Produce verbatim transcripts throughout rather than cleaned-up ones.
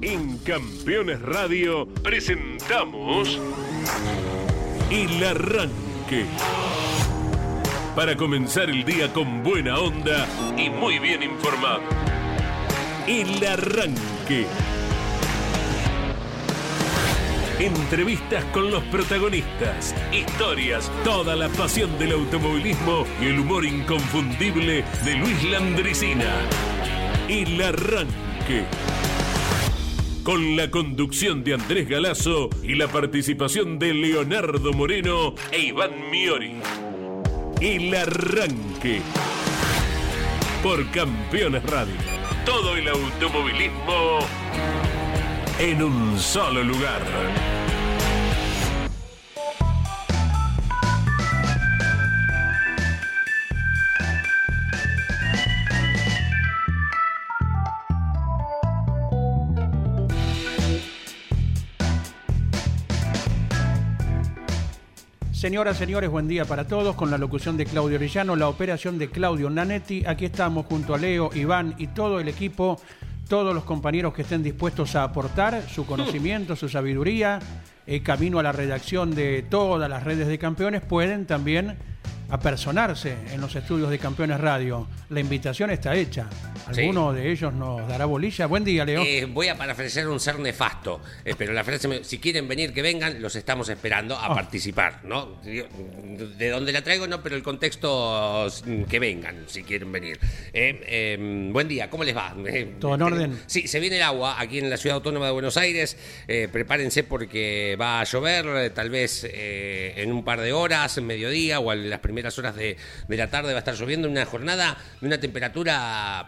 En Campeones Radio presentamos El Arranque. Para comenzar el día con buena onda y muy bien informado. El Arranque. Entrevistas con los protagonistas, historias, toda la pasión del automovilismo y el humor inconfundible de Luis Landricina. El Arranque. Con la conducción de Andrés Galazo y la participación de Leonardo Moreno e Iván Miori. El Arranque. Por Campeones Radio. Todo el automovilismo en un solo lugar. Señoras, señores, buen día para todos. Con la locución de Claudio Orellano, la operación de Claudio Nanetti. Aquí estamos junto a Leo, Iván y todo el equipo, todos los compañeros que estén dispuestos a aportar su conocimiento, su sabiduría, eh, camino a la redacción de todas las redes de Campeones, pueden también apersonarse en los estudios de Campeones Radio. La invitación está hecha. ¿Alguno sí. de ellos nos dará bolilla? Buen día, Leo. Eh, voy a parafrasear un ser nefasto, eh, pero la frase, me, si quieren venir, que vengan, los estamos esperando a oh. participar, ¿no? De dónde la traigo, no, pero el contexto, que vengan, si quieren venir. Eh, eh, buen día, ¿cómo les va? Eh, ¿Todo en orden? Sí, se viene el agua aquí en la Ciudad Autónoma de Buenos Aires. Eh, prepárense porque va a llover, eh, tal vez eh, en un par de horas, en mediodía o en las primeras horas de, de la tarde va a estar lloviendo, una jornada de una temperatura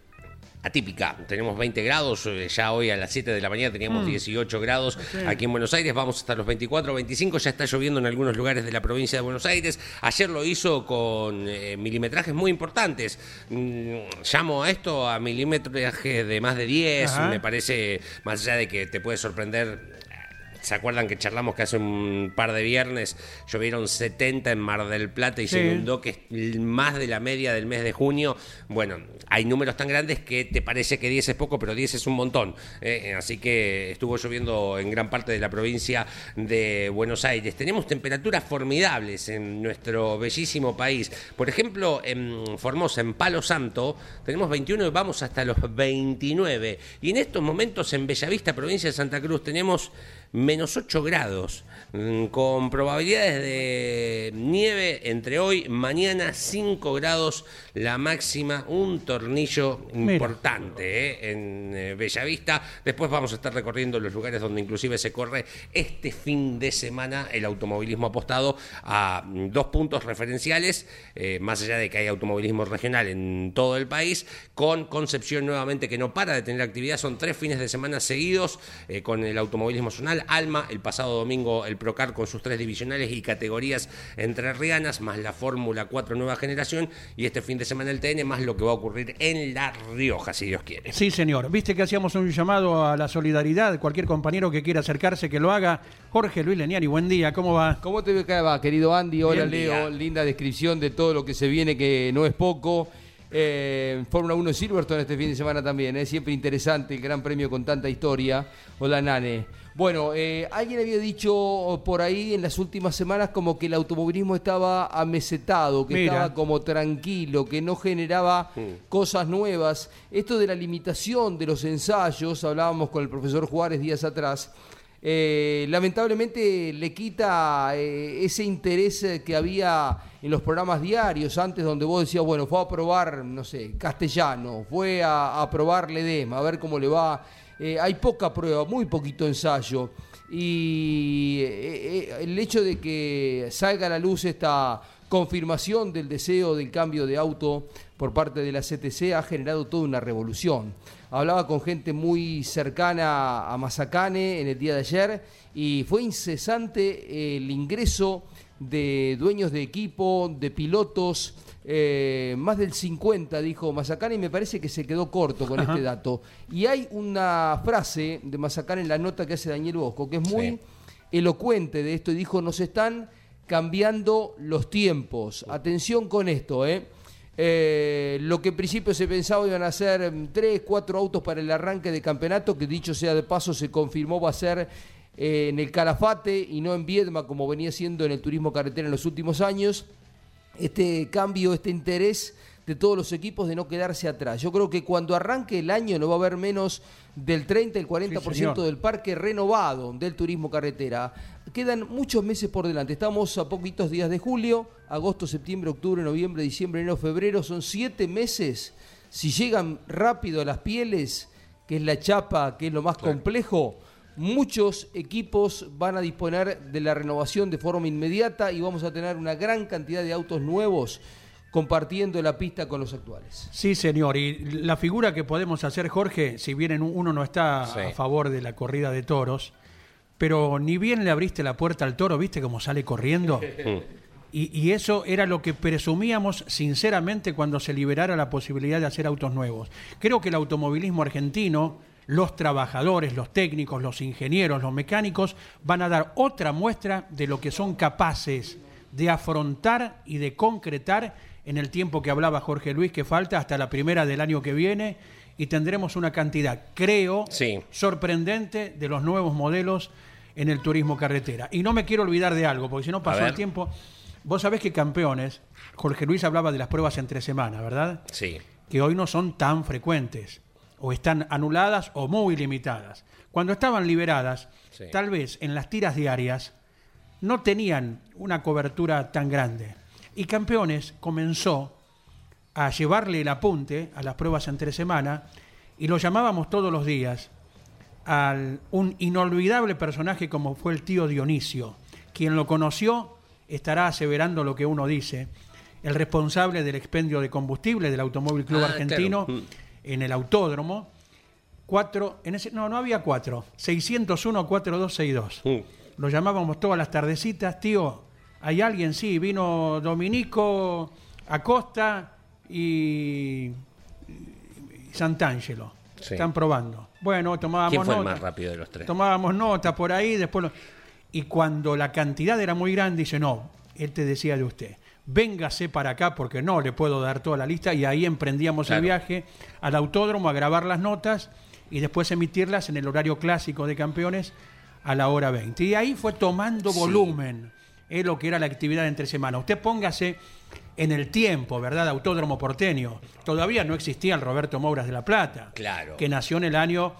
atípica. Tenemos veinte grados, ya hoy a las siete de la mañana teníamos mm. dieciocho grados okay. aquí en Buenos Aires, vamos hasta los veinticuatro, veinticinco, ya está lloviendo en algunos lugares de la provincia de Buenos Aires. Ayer lo hizo con eh, milimetrajes muy importantes. Mm, llamo a esto a milimetrajes de más de diez, Ajá. me parece, más allá de que te puede sorprender. ¿Se acuerdan que charlamos que hace un par de viernes llovieron setenta en Mar del Plata y sí. se inundó, que es más de la media del mes de junio? Bueno, hay números tan grandes que te parece que diez es poco, pero diez es un montón. ¿eh? Así que estuvo lloviendo en gran parte de la provincia de Buenos Aires. Tenemos temperaturas formidables en nuestro bellísimo país. Por ejemplo, en Formosa, en Palo Santo, tenemos veintiuno y vamos hasta los veintinueve. Y en estos momentos en Bellavista, provincia de Santa Cruz, tenemos menos ocho grados, con probabilidades de nieve entre hoy y mañana, cinco grados la máxima, un tornillo importante ¿eh? en eh, Bellavista. Después vamos a estar recorriendo los lugares donde inclusive se corre este fin de semana el automovilismo apostado a dos puntos referenciales, eh, más allá de que hay automovilismo regional en todo el país, con Concepción nuevamente que no para de tener actividad, son tres fines de semana seguidos eh, con el automovilismo zonal. Alma, el pasado domingo el Procar con sus tres divisionales y categorías entrerrianas, más la Fórmula cuatro nueva generación, y este fin de semana el T N, más lo que va a ocurrir en La Rioja, si Dios quiere. Sí, señor. Viste que hacíamos un llamado a la solidaridad, cualquier compañero que quiera acercarse que lo haga. Jorge Luis Leniari, buen día, ¿cómo va? ¿Cómo te va, querido Andy? Hola, Bien, Leo, día. Linda descripción de todo lo que se viene, que no es poco. Eh, Fórmula uno Silverstone este fin de semana también, es ¿eh? siempre interesante el Gran Premio con tanta historia. Hola, Nane. Bueno, eh, alguien había dicho por ahí en las últimas semanas como que el automovilismo estaba amesetado, que Mira. estaba como tranquilo, que no generaba mm. cosas nuevas. Esto de la limitación de los ensayos, hablábamos con el profesor Juárez días atrás, eh, lamentablemente le quita eh, ese interés que había en los programas diarios antes, donde vos decías, bueno, fue a probar, no sé, castellano, fue a, a probar Ledesma, a ver cómo le va. Eh, hay poca prueba, muy poquito ensayo, y eh, eh, el hecho de que salga a la luz esta confirmación del deseo del cambio de auto por parte de la C T C ha generado toda una revolución. Hablaba con gente muy cercana a Mazacane en el día de ayer y fue incesante el ingreso de dueños de equipo, de pilotos, eh, más del cincuenta, dijo Mazacane, y me parece que se quedó corto con Ajá. este dato. Y hay una frase de Mazacane en la nota que hace Daniel Bosco, que es muy sí. elocuente de esto, y dijo, nos están cambiando los tiempos. Atención con esto, ¿eh? Eh, lo que en principio se pensaba iban a ser tres, cuatro autos para el arranque de campeonato, que dicho sea de paso se confirmó va a ser eh, en el Calafate y no en Viedma como venía siendo en el turismo carretera en los últimos años. Este cambio, este interés de todos los equipos de no quedarse atrás. Yo creo que cuando arranque el año no va a haber menos del treinta, el cuarenta por ciento sí, del parque renovado del turismo carretera. Quedan muchos meses por delante. Estamos a poquitos días de julio, agosto, septiembre, octubre, noviembre, diciembre, enero, febrero. Son siete meses. Si llegan rápido a las pieles, que es la chapa, que es lo más claro. complejo, muchos equipos van a disponer de la renovación de forma inmediata y vamos a tener una gran cantidad de autos nuevos compartiendo la pista con los actuales. Sí, señor. Y la figura que podemos hacer, Jorge, si bien uno no está sí. a favor de la corrida de toros, pero ni bien le abriste la puerta al toro, ¿viste cómo sale corriendo? y, y eso era lo que presumíamos sinceramente cuando se liberara la posibilidad de hacer autos nuevos. Creo que el automovilismo argentino, los trabajadores, los técnicos, los ingenieros, los mecánicos, van a dar otra muestra de lo que son capaces de afrontar y de concretar en el tiempo que hablaba Jorge Luis, que falta hasta la primera del año que viene, y tendremos una cantidad, creo, sí. sorprendente de los nuevos modelos en el turismo carretera. Y no me quiero olvidar de algo, porque si no pasó el tiempo. Vos sabés que Campeones, Jorge Luis hablaba de las pruebas entre semana, ¿verdad? Sí. Que hoy no son tan frecuentes, o están anuladas o muy limitadas. Cuando estaban liberadas, sí. tal vez en las tiras diarias, no tenían una cobertura tan grande. Y Campeones comenzó a llevarle el apunte a las pruebas entre semana y lo llamábamos todos los días a un inolvidable personaje como fue el tío Dionisio. Quien lo conoció estará aseverando lo que uno dice. El responsable del expendio de combustible del Automóvil Club ah, Argentino claro. en el autódromo. Cuatro, en ese, no, no había cuatro. seiscientos uno, cuarenta y dos sesenta y dos. Mm. Lo llamábamos todas las tardecitas. Tío, ¿hay alguien? Sí, vino Dominico Acosta y, y Santangelo. Sí. Están probando. Bueno, tomábamos ¿Quién fue nota. el más rápido de los tres? Tomábamos nota por ahí, después lo... Y cuando la cantidad era muy grande, dice, no, él te decía de usted, véngase para acá porque no le puedo dar toda la lista, y ahí emprendíamos claro. el viaje al autódromo a grabar las notas y después emitirlas en el horario clásico de Campeones a la hora veinte. Y ahí fue tomando volumen, sí. es lo que era la actividad entre semana. Usted póngase en el tiempo, ¿verdad? Autódromo porteño. Todavía no existía el Roberto Mouras de La Plata, claro. que nació en el año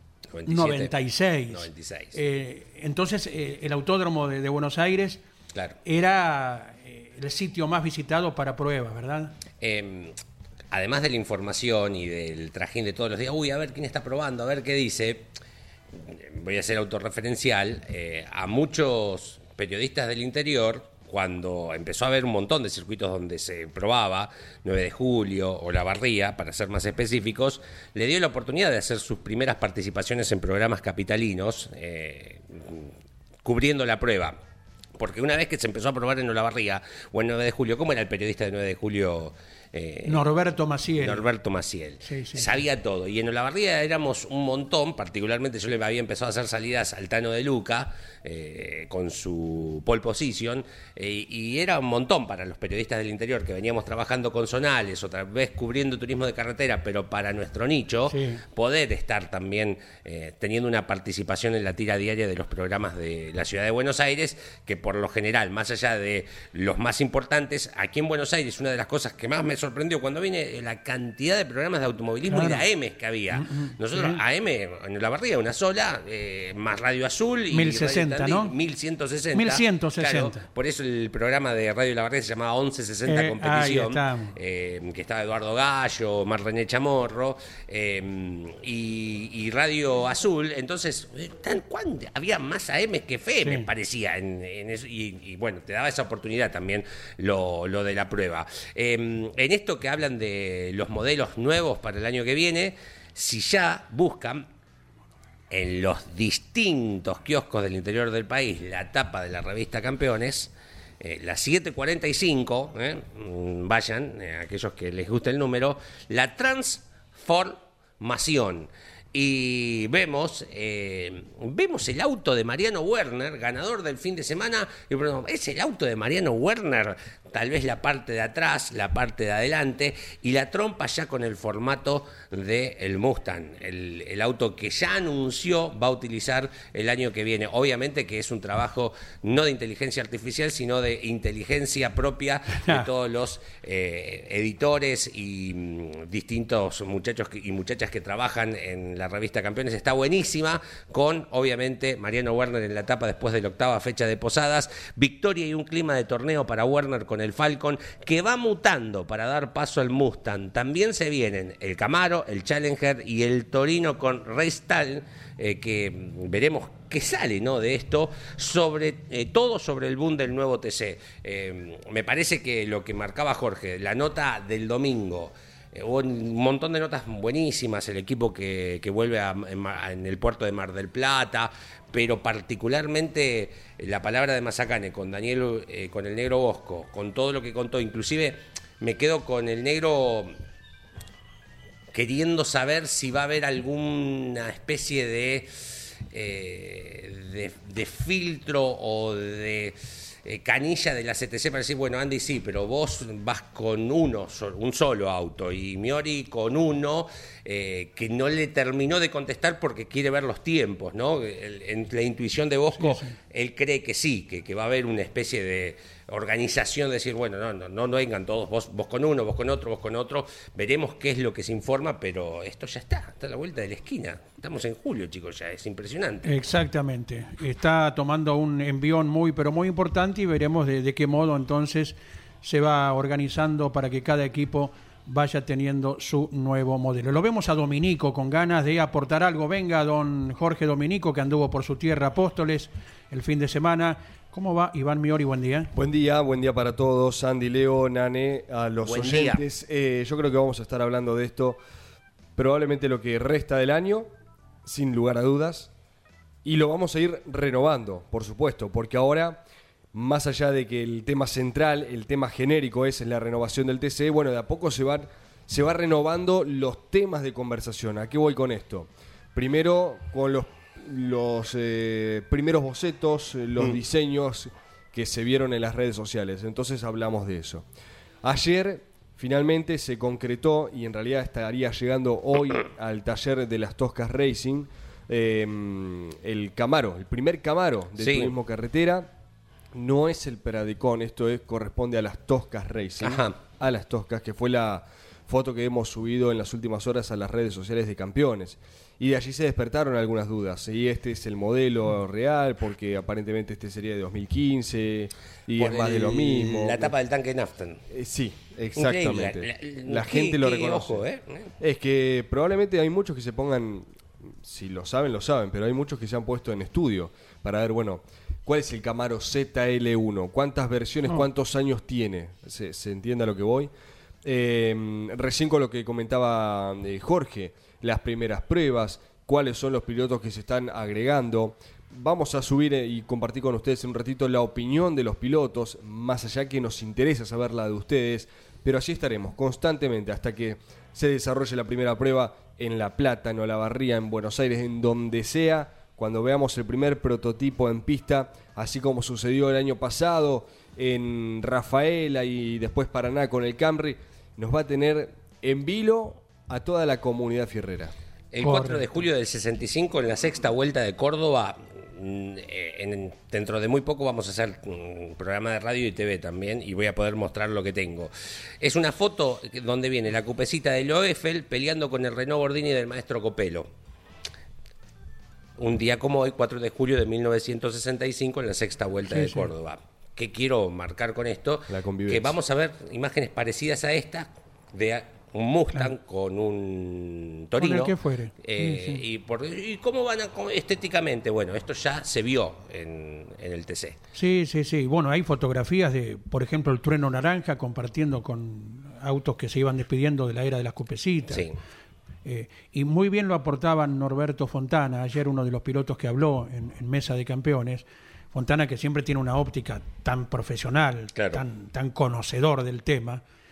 noventa y seis. noventa y seis. Eh, entonces, eh, el Autódromo de, de Buenos Aires claro. era eh, el sitio más visitado para pruebas, ¿verdad? Eh, además de la información y del trajín de todos los días, uy, a ver quién está probando, a ver qué dice, voy a ser autorreferencial, eh, a muchos periodistas del interior, cuando empezó a haber un montón de circuitos donde se probaba, nueve de julio o La Barría, para ser más específicos, le dio la oportunidad de hacer sus primeras participaciones en programas capitalinos, eh, cubriendo la prueba. Porque una vez que se empezó a probar en Olavarría o en nueve de julio, ¿cómo era el periodista de nueve de julio? Eh, Norberto Maciel. Norberto Maciel. Sí, sí, Sabía sí. todo. Y en Olavarría éramos un montón, particularmente yo le había empezado a hacer salidas al Tano de Luca, eh, con su pole position, eh, y era un montón para los periodistas del interior que veníamos trabajando con zonales, otra vez cubriendo turismo de carretera, pero para nuestro nicho, sí. poder estar también eh, teniendo una participación en la tira diaria de los programas de la ciudad de Buenos Aires, que por lo general, más allá de los más importantes, aquí en Buenos Aires, una de las cosas que más me sorprendió cuando vine, la cantidad de programas de automovilismo claro. y de A Ms que había. Nosotros, sí. A M, en La Barría, una sola, eh, más Radio Azul y mil sesenta, Radio ¿no? mil ciento sesenta. mil ciento sesenta. Claro, por eso el programa de Radio La Barría se llamaba once sesenta eh, Competición, eh, que estaba Eduardo Gallo, Mar René Chamorro, eh, y, y Radio Azul. Entonces, ¿tan, cuán, había más A Ms que F M, sí. me parecía, en, en eso, y, y bueno, te daba esa oportunidad también lo, lo de la prueba. Eh, en esto que hablan de los modelos nuevos para el año que viene, si ya buscan en los distintos kioscos del interior del país la tapa de la revista Campeones, eh, la siete cuarenta y cinco, eh, vayan, eh, aquellos que les guste el número, la transformación. y vemos, eh, vemos el auto de Mariano Werner, ganador del fin de semana, y bueno, ¿es el auto de Mariano Werner? Tal vez la parte de atrás, la parte de adelante, y la trompa ya con el formato del Mustang, el, el auto que ya anunció va a utilizar el año que viene. Obviamente que es un trabajo no de inteligencia artificial, sino de inteligencia propia de todos los eh, editores y mm, distintos muchachos y muchachas que trabajan en la revista Campeones. Está buenísima, con obviamente Mariano Werner en la etapa después de la octava fecha de Posadas, victoria y un clima de torneo para Werner con el Falcon, que va mutando para dar paso al Mustang. También se vienen el Camaro, el Challenger y el Torino con Reystal, eh, que veremos qué sale, ¿no?, de esto, sobre eh, todo sobre el boom del nuevo T C. Eh, me parece que lo que marcaba Jorge, la nota del domingo, eh, hubo un montón de notas buenísimas, el equipo que, que vuelve a, en, en el puerto de Mar del Plata, pero particularmente la palabra de Mazacane con Daniel, eh, con el Negro Bosco, con todo lo que contó. Inclusive me quedo con el Negro queriendo saber si va a haber alguna especie de, eh, de, de filtro o de eh, canilla de la C T C para decir, bueno, Andy, sí, pero vos vas con uno, un solo auto, y Miori con uno, eh, que no le terminó de contestar porque quiere ver los tiempos, ¿no? El, en la intuición de Bosco, sí, sí. Él cree que sí, que, que va a haber una especie de organización, de decir, bueno, no, no, no, no vengan todos, vos, vos con uno, vos con otro, vos con otro, veremos qué es lo que se informa, pero esto ya está, está a la vuelta de la esquina. Estamos en julio, chicos, ya es impresionante. Exactamente, está tomando un envión muy, pero muy importante, y veremos de, de qué modo entonces se va organizando para que cada equipo vaya teniendo su nuevo modelo. Lo vemos a Dominico con ganas de aportar algo. Venga, don Jorge Dominico, que anduvo por su tierra Apóstoles el fin de semana. ¿Cómo va, Iván Miori? Buen día. Buen día, buen día para todos. Andy, Leo, Nane, a los buen oyentes. Eh, yo creo que vamos a estar hablando de esto probablemente lo que resta del año, sin lugar a dudas. Y lo vamos a ir renovando, por supuesto, porque ahora, más allá de que el tema central, el tema genérico es la renovación del T C, bueno, de a poco se van, se va renovando los temas de conversación. ¿A qué voy con esto? Primero, con los los eh, primeros bocetos, los mm. diseños que se vieron en las redes sociales. Entonces hablamos de eso. Ayer finalmente se concretó, y en realidad estaría llegando hoy al taller de las Toscas Racing, eh, el Camaro, el primer Camaro de sí. turismo carretera. No es el Peradicón, esto es, corresponde a las Toscas Racing. Ajá. A las Toscas, que fue la foto que hemos subido en las últimas horas a las redes sociales de Campeones. Y de allí se despertaron algunas dudas. ¿Y este es el modelo real? Porque aparentemente este sería de dos mil quince y Por es más el, de lo mismo. La tapa del tanque Naftan. Eh, sí, exactamente. La, la, la gente qué, lo qué reconoce. Ojo, ¿eh? Es que probablemente hay muchos que se pongan, si lo saben, lo saben, pero hay muchos que se han puesto en estudio para ver, bueno, ¿cuál es el Camaro Z L uno? ¿Cuántas versiones, no. cuántos años tiene? ¿Se, se entiende a lo que voy? Eh, recién con lo que comentaba eh, Jorge, las primeras pruebas, cuáles son los pilotos que se están agregando. Vamos a subir eh, y compartir con ustedes en un ratito la opinión de los pilotos, más allá que nos interesa saber la de ustedes, pero así estaremos constantemente hasta que se desarrolle la primera prueba en La Plata, en Olavarría, en Buenos Aires, en donde sea, cuando veamos el primer prototipo en pista, así como sucedió el año pasado en Rafaela y después Paraná con el Camry, nos va a tener en vilo a toda la comunidad fierrera. El Correcto. cuatro de julio del sesenta y cinco, en la sexta vuelta de Córdoba, en, dentro de muy poco vamos a hacer un programa de radio y T V también, y voy a poder mostrar lo que tengo. Es una foto donde viene la cupecita de Loeffel peleando con el Renault Gordini del maestro Copelo. Un día como hoy, cuatro de julio de mil novecientos sesenta y cinco, en la sexta vuelta sí, de Córdoba. Sí. ¿Qué quiero marcar con esto? La convivencia. Que vamos a ver imágenes parecidas a estas de un Mustang claro. con un Torino. Con el que fuere. Eh, sí, sí. Y, por, ¿Y cómo van a, estéticamente? Bueno, esto ya se vio en, en el T C. Sí, sí, sí. Bueno, hay fotografías de, por ejemplo, el Trueno Naranja compartiendo con autos que se iban despidiendo de la era de las cupecitas. Sí. Eh, y muy bien lo aportaban Norberto Fontana, ayer uno de los pilotos que habló en, en Mesa de Campeones. Fontana, que siempre tiene una óptica tan profesional, claro. tan, tan conocedor del tema,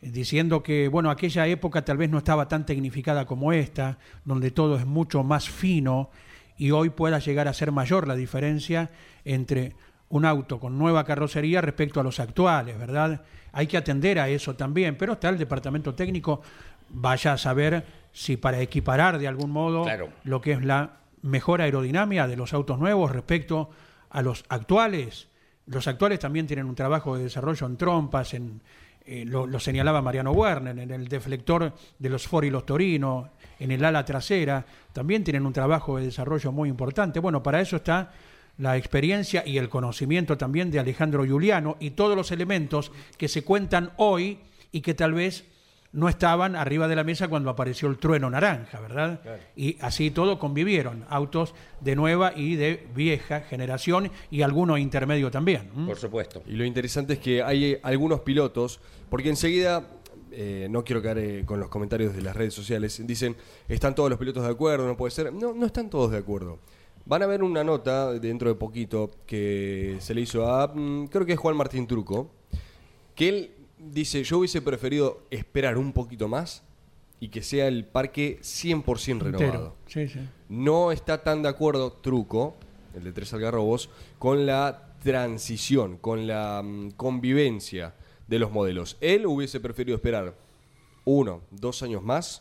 diciendo que, bueno, aquella época tal vez no estaba tan tecnificada como esta, donde todo es mucho más fino, y hoy pueda llegar a ser mayor la diferencia entre un auto con nueva carrocería respecto a los actuales, ¿verdad? Hay que atender a eso también, pero está el departamento técnico, vaya a saber si para equiparar de algún modo claro. lo que es la mejor aerodinámica de los autos nuevos respecto a los actuales. Los actuales también tienen un trabajo de desarrollo en trompas, en, eh, lo, lo señalaba Mariano Werner, en el deflector de los Ford y los Torino, en el ala trasera, también tienen un trabajo de desarrollo muy importante. Bueno, para eso está la experiencia y el conocimiento también de Alejandro Giuliano y todos los elementos que se cuentan hoy y que tal vez no estaban arriba de la mesa cuando apareció el trueno naranja, ¿verdad? Claro. Y así todo convivieron, autos de nueva y de vieja generación y algunos intermedios también. ¿Mm? Por supuesto. Y lo interesante es que hay algunos pilotos, porque enseguida, eh, no quiero caer eh, con los comentarios de las redes sociales, dicen, están todos los pilotos de acuerdo, no puede ser. No, no están todos de acuerdo. Van a ver una nota dentro de poquito que se le hizo a, creo que es Juan Martín Truco, que él dice, yo hubiese preferido esperar un poquito más y que sea el parque cien por ciento renovado. Sí, sí. No está tan de acuerdo Truco, el de Tres Algarrobos, con la transición, con la um, convivencia de los modelos. Él hubiese preferido esperar uno, dos años más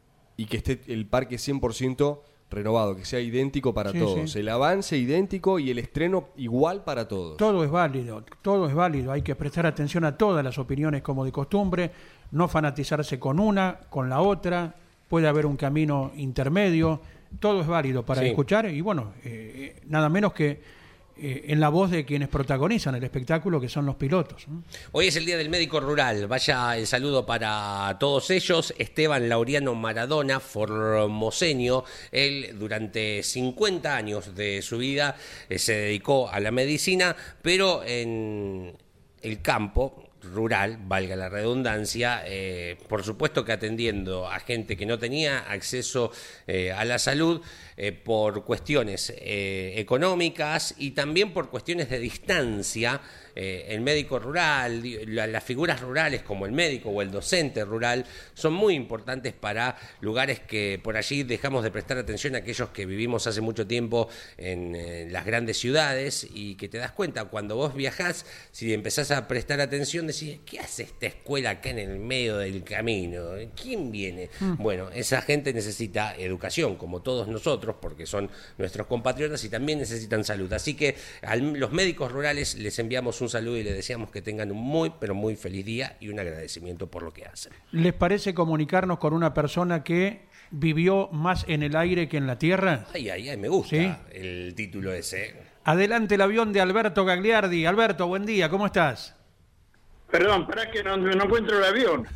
y que esté el parque cien por ciento renovado, que sea idéntico para sí, todos. Sí. El avance idéntico y el estreno igual para todos. Todo es válido, todo es válido. Hay que prestar atención a todas las opiniones como de costumbre, no fanatizarse con una, con la otra. Puede haber un camino intermedio. Todo es válido para sí. escuchar y bueno, eh, nada menos que eh, en la voz de quienes protagonizan el espectáculo, que son los pilotos. Hoy es el Día del Médico Rural. Vaya el saludo para todos ellos. Esteban Laureano Maradona, formoseño. Él durante cincuenta años de su vida eh, se dedicó a la medicina, pero en el campo rural, valga la redundancia, eh, por supuesto que atendiendo a gente que no tenía acceso eh, a la salud eh, por cuestiones eh, económicas y también por cuestiones de distancia. Eh, el médico rural, la, las figuras rurales como el médico o el docente rural son muy importantes para lugares que por allí dejamos de prestar atención a aquellos que vivimos hace mucho tiempo en eh, las grandes ciudades y que te das cuenta cuando vos viajás, si empezás a prestar atención decís, ¿qué hace esta escuela acá en el medio del camino? ¿Quién viene? Mm. Bueno, esa gente necesita educación como todos nosotros porque son nuestros compatriotas y también necesitan salud, así que a los médicos rurales les enviamos un un saludo y les deseamos que tengan un muy, pero muy feliz día y un agradecimiento por lo que hacen. ¿Les parece comunicarnos con una persona que vivió más en el aire que en la tierra? Ay, ay, ay, me gusta ¿sí? el título ese. Adelante el avión de Alberto Gagliardi. Alberto, buen día, ¿cómo estás? Perdón, para que no, no encuentro el avión.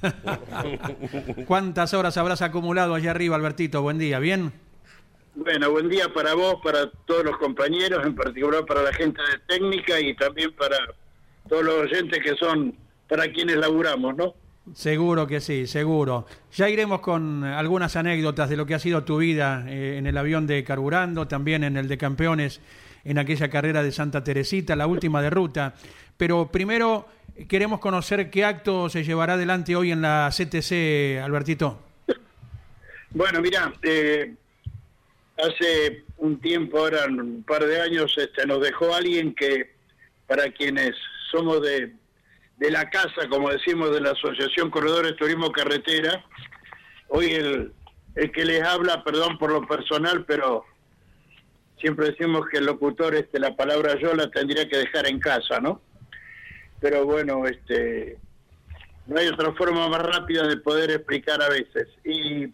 ¿Cuántas horas habrás acumulado allá arriba, Albertito? Buen día, ¿bien? Bueno, buen día para vos, para todos los compañeros, en particular para la gente de técnica y también para todos los oyentes que son para quienes laburamos, ¿no? Seguro que sí, seguro. Ya iremos con algunas anécdotas de lo que ha sido tu vida eh, en el avión de Carburando, también en el de Campeones, en aquella carrera de Santa Teresita, la última de ruta. Pero primero queremos conocer qué acto se llevará adelante hoy en la C T C, Albertito. Bueno, mira, eh, hace un tiempo, ahora un par de años, este, nos dejó alguien que, para quienes somos de, de la casa, como decimos, de la Asociación Corredores Turismo Carretera, hoy el, el que les habla, perdón por lo personal, pero siempre decimos que el locutor, este, la palabra yo la tendría que dejar en casa, ¿no? Pero bueno, este, no hay otra forma más rápida de poder explicar a veces. Y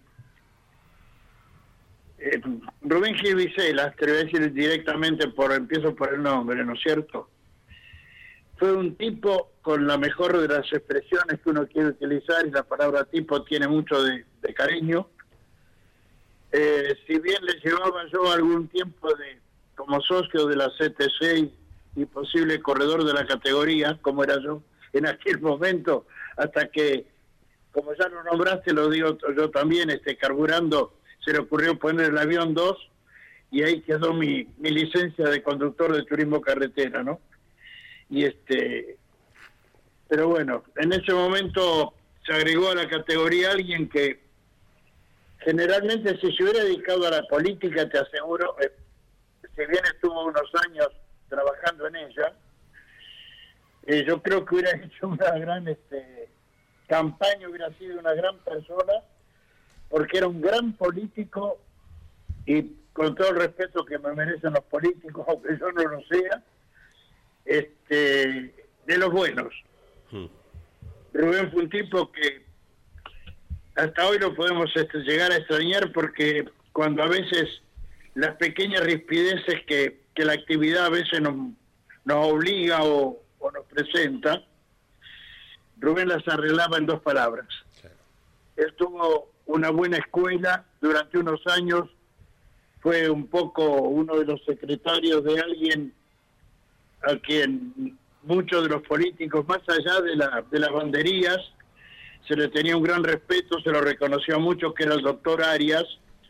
Eh, Rubén Gil Viselas, te voy a decir directamente, por empiezo por el nombre, ¿no es cierto? Fue un tipo con la mejor de las expresiones que uno quiere utilizar, y la palabra tipo tiene mucho de, de cariño. Eh, si bien le llevaba yo algún tiempo de como socio de la C T C y, y posible corredor de la categoría, como era yo en aquel momento, hasta que, como ya lo nombraste, lo digo yo también, este, Carburando, se le ocurrió poner el avión dos y ahí quedó mi, mi licencia de conductor de turismo carretera, ¿no? Y este, pero bueno, en ese momento se agregó a la categoría alguien que generalmente si se hubiera dedicado a la política, te aseguro, eh, si bien estuvo unos años trabajando en ella, eh, yo creo que hubiera hecho una gran este, campaña, hubiera sido una gran persona, porque era un gran político y con todo el respeto que me merecen los políticos, aunque yo no lo sea, este, de los buenos. Hmm. Rubén fue un tipo que hasta hoy lo podemos este, llegar a extrañar, porque cuando a veces las pequeñas rispideces que, que la actividad a veces nos, nos obliga o, o nos presenta, Rubén las arreglaba en dos palabras. Sí. Él tuvo una buena escuela durante unos años, fue un poco uno de los secretarios de alguien a quien muchos de los políticos, más allá de, la, de las banderías, se le tenía un gran respeto, se lo reconoció mucho, que era el doctor Arias,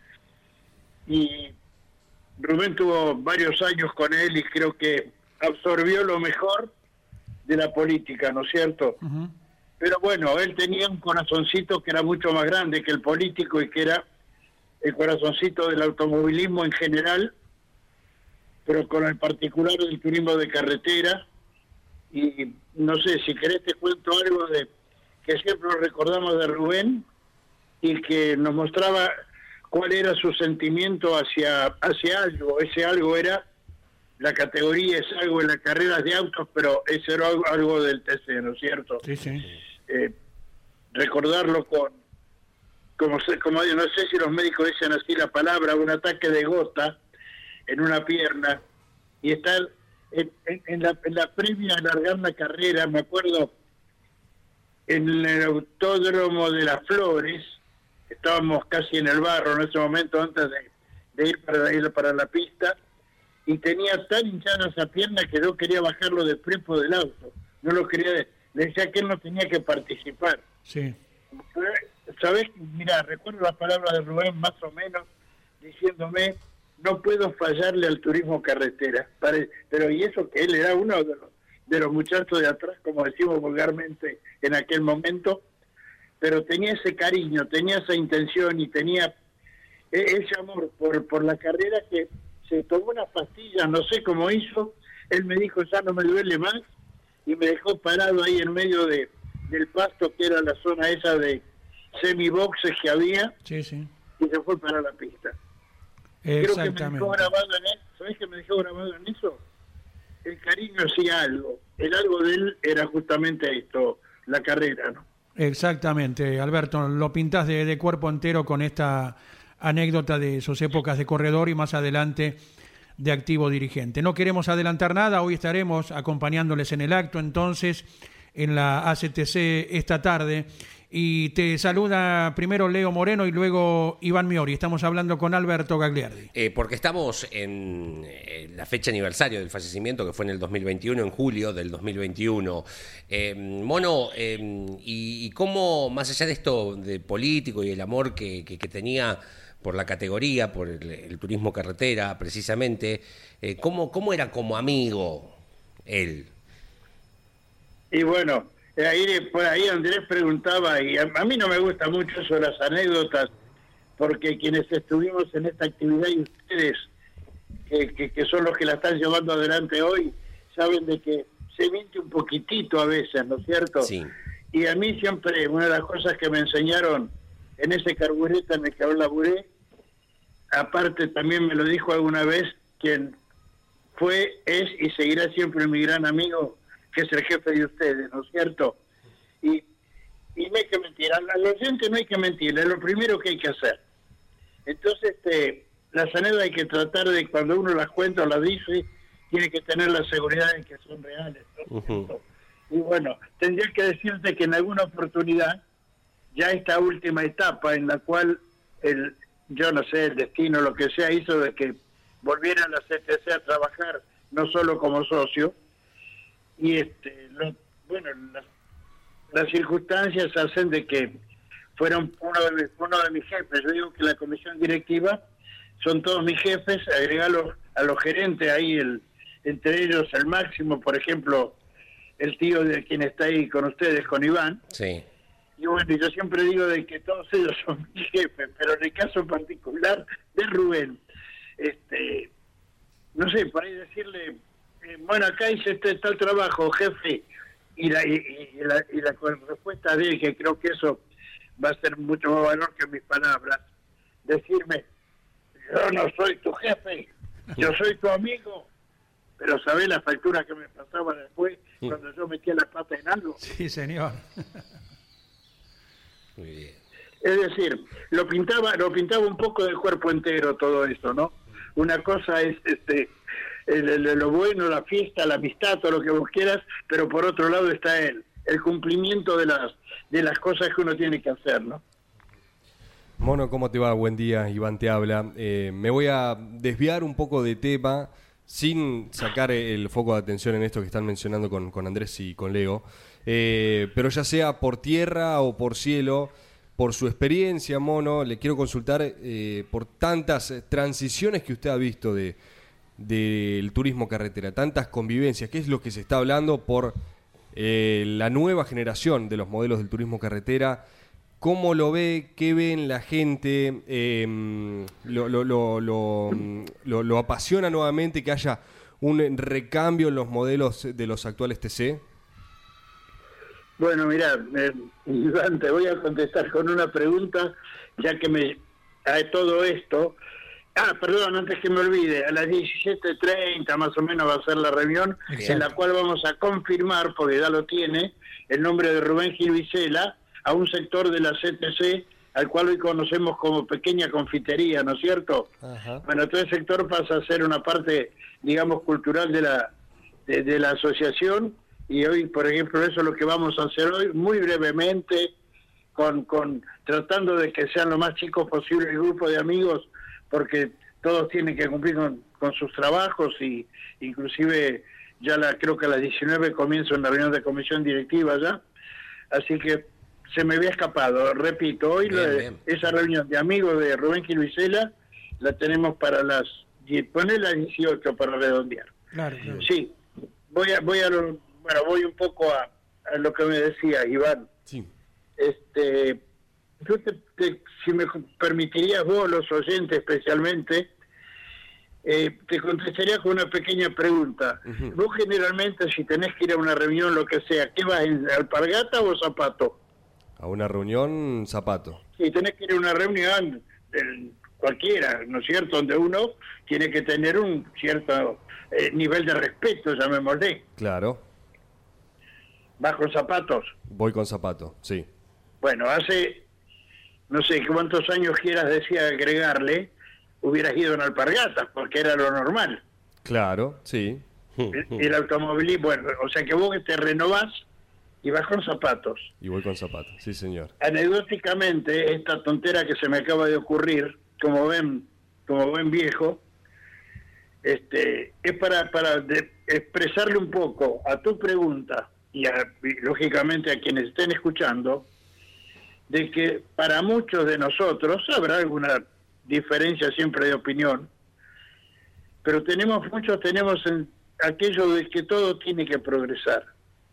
y Rubén tuvo varios años con él y creo que absorbió lo mejor de la política, ¿no es cierto? Uh-huh. Pero bueno, él tenía un corazoncito que era mucho más grande que el político y que era el corazoncito del automovilismo en general, pero con el particular del turismo de carretera. Y no sé, si querés te cuento algo de que siempre lo recordamos de Rubén y que nos mostraba cuál era su sentimiento hacia, hacia algo. Ese algo era la categoría, es algo en las carreras de autos, pero ese era algo, algo del T C, ¿no es cierto? Sí, sí. Eh, recordarlo con, como, como no sé si los médicos dicen así la palabra, un ataque de gota en una pierna, y estar en, en, en, la, en la previa a alargar la carrera, me acuerdo, en el autódromo de Las Flores, estábamos casi en el barro en ese momento antes de, de ir para ir para la pista, y tenía tan hinchada esa pierna que yo quería bajarlo del prepo del auto, no lo quería, le decía que él no tenía que participar. Sí. ¿Sabés? Mira, recuerdo las palabras de Rubén más o menos diciéndome: no puedo fallarle al turismo carretera. Pero y eso que él era uno de los, de los muchachos de atrás, como decimos vulgarmente en aquel momento, pero tenía ese cariño, tenía esa intención y tenía ese amor por, por la carrera, que se tomó unas pastillas, no sé cómo hizo, él me dijo ya no me duele más, y me dejó parado ahí en medio de del pasto, que era la zona esa de semiboxes que había, sí, sí, y se fue para la pista. Creo que me dejó grabado en eso. ¿Sabés qué me dejó grabado en eso? El cariño hacía algo. El algo de él era justamente esto, la carrera, ¿no? Exactamente, Alberto, lo pintás de, de cuerpo entero con esta anécdota de sus épocas de corredor y más adelante de activo dirigente. No queremos adelantar nada, hoy estaremos acompañándoles en el acto, entonces, en la A C T C esta tarde. Y te saluda primero Leo Moreno y luego Iván Miori. Estamos hablando con Alberto Gagliardi. Eh, porque estamos en, en la fecha aniversario del fallecimiento, que fue en el dos mil veintiuno, en julio del dos mil veintiuno. Eh, Mono, eh, y, y cómo, más allá de esto de político y el amor que, que, que tenía por la categoría, por el, el turismo carretera, precisamente, eh, ¿cómo, cómo era como amigo él? Y bueno, ahí por ahí Andrés preguntaba, y a, a mí no me gusta mucho eso de las anécdotas, porque quienes estuvimos en esta actividad y ustedes, que, que, que son los que la están llevando adelante hoy, saben de que se miente un poquitito a veces, ¿no es cierto? Sí. Y a mí siempre, una de las cosas que me enseñaron en ese carbureta en el que ahora laburé, aparte también me lo dijo alguna vez quien fue, es y seguirá siempre mi gran amigo, que es el jefe de ustedes, ¿no es cierto? Y, y no hay que mentir, al oyente no hay que mentir, es lo primero que hay que hacer. Entonces, este, las anécdotas hay que tratar de, cuando uno las cuenta o las dice, tiene que tener la seguridad de que son reales, ¿no es cierto? Uh-huh. Y bueno, tendría que decirte que en alguna oportunidad, ya esta última etapa en la cual, el yo no sé, el destino, lo que sea, hizo de que volviera a la C T C a trabajar, no solo como socio, y este lo, bueno las, las circunstancias hacen de que fueron uno de, mis, uno de mis jefes. Yo digo que la comisión directiva son todos mis jefes, agregarlos a los gerentes ahí, el, entre ellos el Máximo, por ejemplo, el tío de quien está ahí con ustedes, con Iván. Sí. y bueno, yo siempre digo de que todos ellos son mis jefes, pero en el caso particular de Rubén, este, no sé, por ahí decirle, eh, bueno, acá hice este tal trabajo, jefe, y la, y, y la, y la respuesta de él, que creo que eso va a ser mucho más valor que mis palabras, decirme, yo no soy tu jefe, yo soy tu amigo, pero ¿sabés la factura que me pasaba después cuando yo metía la pata en algo? Sí, señor. Muy bien. Es decir, lo pintaba, lo pintaba un poco del cuerpo entero todo esto, ¿no? Una cosa es este el, el, lo bueno, la fiesta, la amistad, todo lo que vos quieras, pero por otro lado está él, el cumplimiento de las de las cosas que uno tiene que hacer, ¿no? Mono, ¿cómo te va? Buen día, Iván te habla. Eh, me voy a desviar un poco de tema sin sacar el foco de atención en esto que están mencionando con, con Andrés y con Leo, eh, pero ya sea por tierra o por cielo, por su experiencia, Mono, le quiero consultar eh, por tantas transiciones que usted ha visto de del turismo carretera, tantas convivencias, ¿qué es lo que se está hablando por eh, la nueva generación de los modelos del turismo carretera? ¿Cómo lo ve? ¿Qué ven la gente? Eh, lo, lo, lo, lo, lo, ¿Lo apasiona nuevamente que haya un recambio en los modelos de los actuales T C? Bueno, mirá, eh, Iván, te voy a contestar con una pregunta, ya que me a todo esto... Ah, perdón, antes que me olvide, a las diecisiete treinta más o menos va a ser la reunión, exacto, en la cual vamos a confirmar, porque ya lo tiene, el nombre de Rubén Gil Vicela a un sector de la C T C, al cual hoy conocemos como pequeña confitería, ¿no es cierto? Ajá. Bueno, todo el sector pasa a ser una parte, digamos, cultural de la de, de la asociación, y hoy, por ejemplo, eso es lo que vamos a hacer hoy, muy brevemente, con, con tratando de que sean lo más chicos posible el grupo de amigos, porque todos tienen que cumplir con, con sus trabajos, y inclusive ya la creo que a las diecinueve comienza una reunión de comisión directiva ya, así que se me había escapado, repito, hoy bien, lo, bien. Esa reunión de amigos de Rubén Gil Vicela la tenemos para las, poner las dieciocho para redondear. Claro, claro. Sí, voy a, voy a, bueno, voy un poco a, a lo que me decía Iván. Sí. Este, yo te, te, si me permitirías vos, los oyentes especialmente, eh, te contestaría con una pequeña pregunta. Uh-huh. Vos generalmente, si tenés que ir a una reunión, lo que sea, ¿qué vas, en alpargata o zapato? A una reunión, zapato. Sí, tenés que ir a una reunión del, cualquiera, ¿no es cierto?, donde uno tiene que tener un cierto eh, nivel de respeto, llamémosle. Claro. ¿Vas con zapatos? Voy con zapato, sí. Bueno, hace, no sé cuántos años quieras decía agregarle, hubieras ido en alpargatas, porque era lo normal. Claro, sí. El, el automovilismo, bueno, o sea que vos te renovás y vas con zapatos. Y voy con zapatos, sí señor. Anecdóticamente, esta tontera que se me acaba de ocurrir, como ven, como ven viejo, este, es para, para de, expresarle un poco a tu pregunta y, a, y lógicamente a quienes estén escuchando, de que para muchos de nosotros habrá alguna diferencia siempre de opinión, pero tenemos muchos tenemos en aquello de que todo tiene que progresar.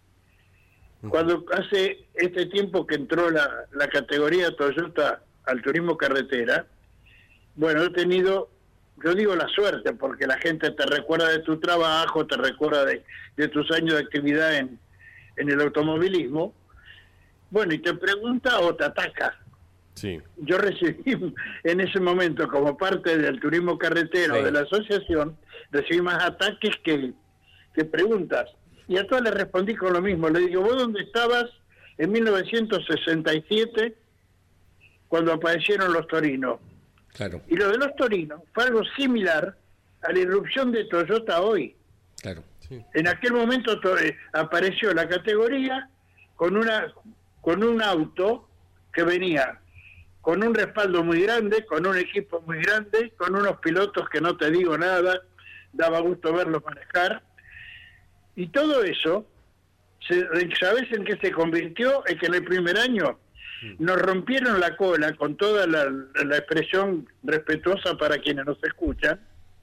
Cuando hace este tiempo que entró la, la categoría Toyota al turismo carretera, bueno, he tenido, yo digo la suerte, porque la gente te recuerda de tu trabajo, te recuerda de, de tus años de actividad en, en el automovilismo, bueno, y te pregunta o te ataca. Sí. Yo recibí en ese momento, como parte del turismo carretero, sí, de la asociación, recibí más ataques que, que preguntas. Y a todas les respondí con lo mismo. Le digo, ¿vos dónde estabas en mil novecientos sesenta y siete cuando aparecieron los Torinos? Claro. Y lo de los Torinos fue algo similar a la irrupción de Toyota hoy. Claro. Sí. En aquel momento to- apareció la categoría con una con un auto que venía con un respaldo muy grande, con un equipo muy grande, con unos pilotos que no te digo nada, daba gusto verlos manejar. Y todo eso, se, ¿sabes en qué se convirtió? Es que en el primer año nos rompieron la cola, con toda la, la expresión respetuosa para quienes nos escuchan,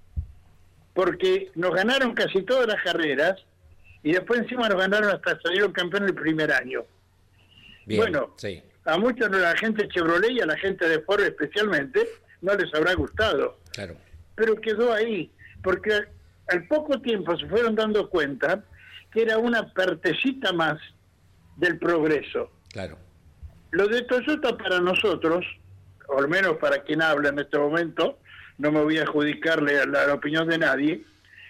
porque nos ganaron casi todas las carreras y después encima nos ganaron hasta salieron campeones el primer año. Bien, bueno, sí. a muchos de la gente Chevrolet y a la gente de Ford especialmente no les habrá gustado. Claro. Pero quedó ahí, porque al poco tiempo se fueron dando cuenta que era una partecita más del progreso. Claro. Lo de Toyota para nosotros, o al menos para quien habla en este momento, no me voy a adjudicarle a la, a la opinión de nadie,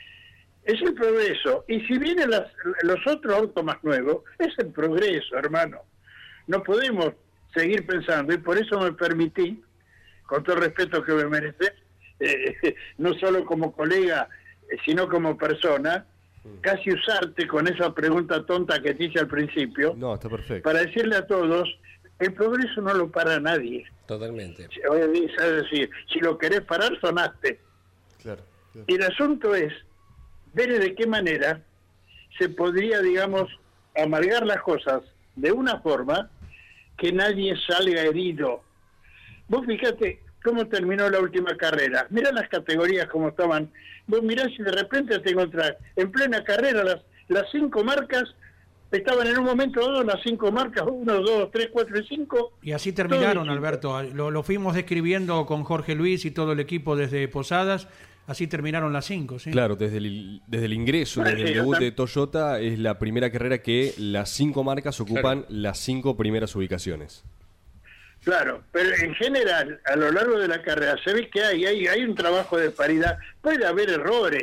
es el progreso. Y si vienen las, los otros autos más nuevos, es el progreso, hermano. No podemos seguir pensando, y por eso me permití, con todo el respeto que me merece, eh, no solo como colega, eh, sino como persona, casi usarte con esa pregunta tonta que te hice al principio, No, está perfecto. para decirle a todos, el progreso no lo para nadie. Totalmente. Es decir, si lo querés parar, sonaste. Claro, claro. Y el asunto es ver de qué manera se podría, digamos, amalgar las cosas de una forma que nadie salga herido. Vos fíjate cómo terminó la última carrera. Mirá las categorías como estaban. Vos mirás y de repente te encontrás en plena carrera las, las cinco marcas. Estaban en un momento dado las cinco marcas, uno, dos, tres, cuatro y cinco. Y así terminaron, Todo Alberto. Lo, lo fuimos describiendo con Jorge Luis y todo el equipo desde Posadas. Así terminaron las cinco, ¿sí? Claro, desde el, desde el ingreso, Bueno, desde el sí, debut yo tam- de Toyota, es la primera carrera que las cinco marcas ocupan las cinco primeras ubicaciones. Claro, pero en general, a lo largo de la carrera, se ve que hay, hay, hay un trabajo de paridad. Puede haber errores.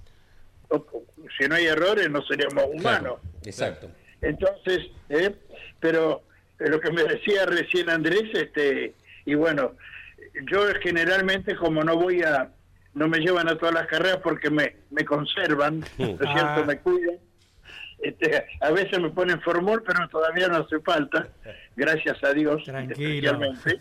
O- o, si no hay errores, no seríamos humanos. Claro, exacto. Entonces, eh, pero eh, lo que me decía recién Andrés, este, y bueno, yo generalmente como no voy a, no me llevan a todas las carreras porque me, me conservan, ¿no es cierto? Ah. Me cuidan. Este, a veces me ponen formol, pero todavía no hace falta, gracias a Dios, Tranquilo. especialmente.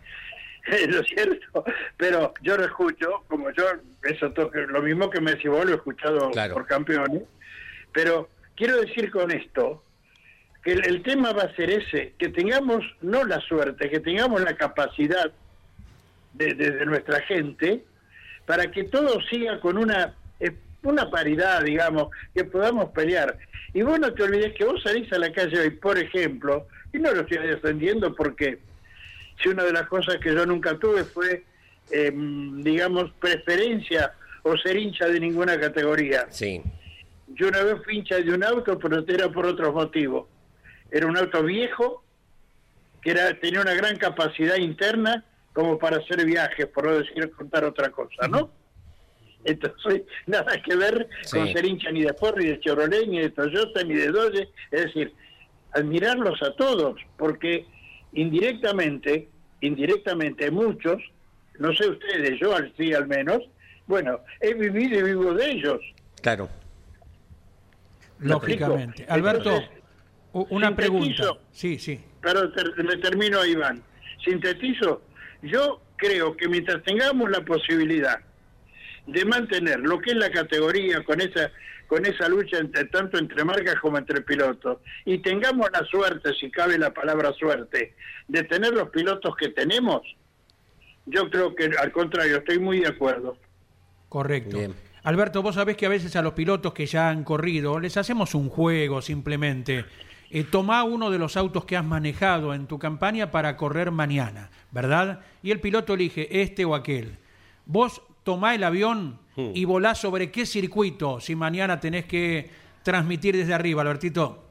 ¿No es cierto? Pero yo lo escucho, como yo, eso toque, lo mismo que me decís vos, lo he escuchado Claro. por campeones, pero quiero decir con esto que el, el tema va a ser ese, que tengamos no la suerte, que tengamos la capacidad de, de, de nuestra gente para que todo siga con una eh, una paridad, digamos, que podamos pelear. Y vos no te olvides que vos salís a la calle hoy, por ejemplo, y no lo estoy defendiendo porque si una de las cosas que yo nunca tuve fue, eh, digamos, preferencia o ser hincha de ninguna categoría. Sí. Yo una vez fui hincha de un auto, pero era por otros motivos. Era un auto viejo, que era tenía una gran capacidad interna como para hacer viajes, por no decir contar otra cosa, ¿no? Entonces, nada que ver Sí. con ser hincha ni de Ford, ni de Chevrolet, ni de Toyota, ni de Dodge. Es decir, admirarlos a todos, porque indirectamente, indirectamente muchos, no sé ustedes, yo al sí al menos, bueno, he vivido y vivo de ellos. Claro. Lógicamente. explico? Alberto, Entonces, u- una pregunta. sintetizo. Sí, sí. Pero ter- le termino a Iván. Sintetizo, yo creo que mientras tengamos la posibilidad de mantener lo que es la categoría con esa con esa lucha entre tanto entre marcas como entre pilotos, y tengamos la suerte, si cabe la palabra suerte, de tener los pilotos que tenemos, yo creo que al contrario, estoy muy de acuerdo. Correcto. Bien. Alberto, vos sabés que a veces a los pilotos que ya han corrido les hacemos un juego simplemente. Eh, tomá uno de los autos que has manejado en tu campaña para correr mañana, ¿verdad? Y el piloto elige este o aquel. Vos tomá el avión Hmm. y volá sobre qué circuito si mañana tenés que transmitir desde arriba, Albertito.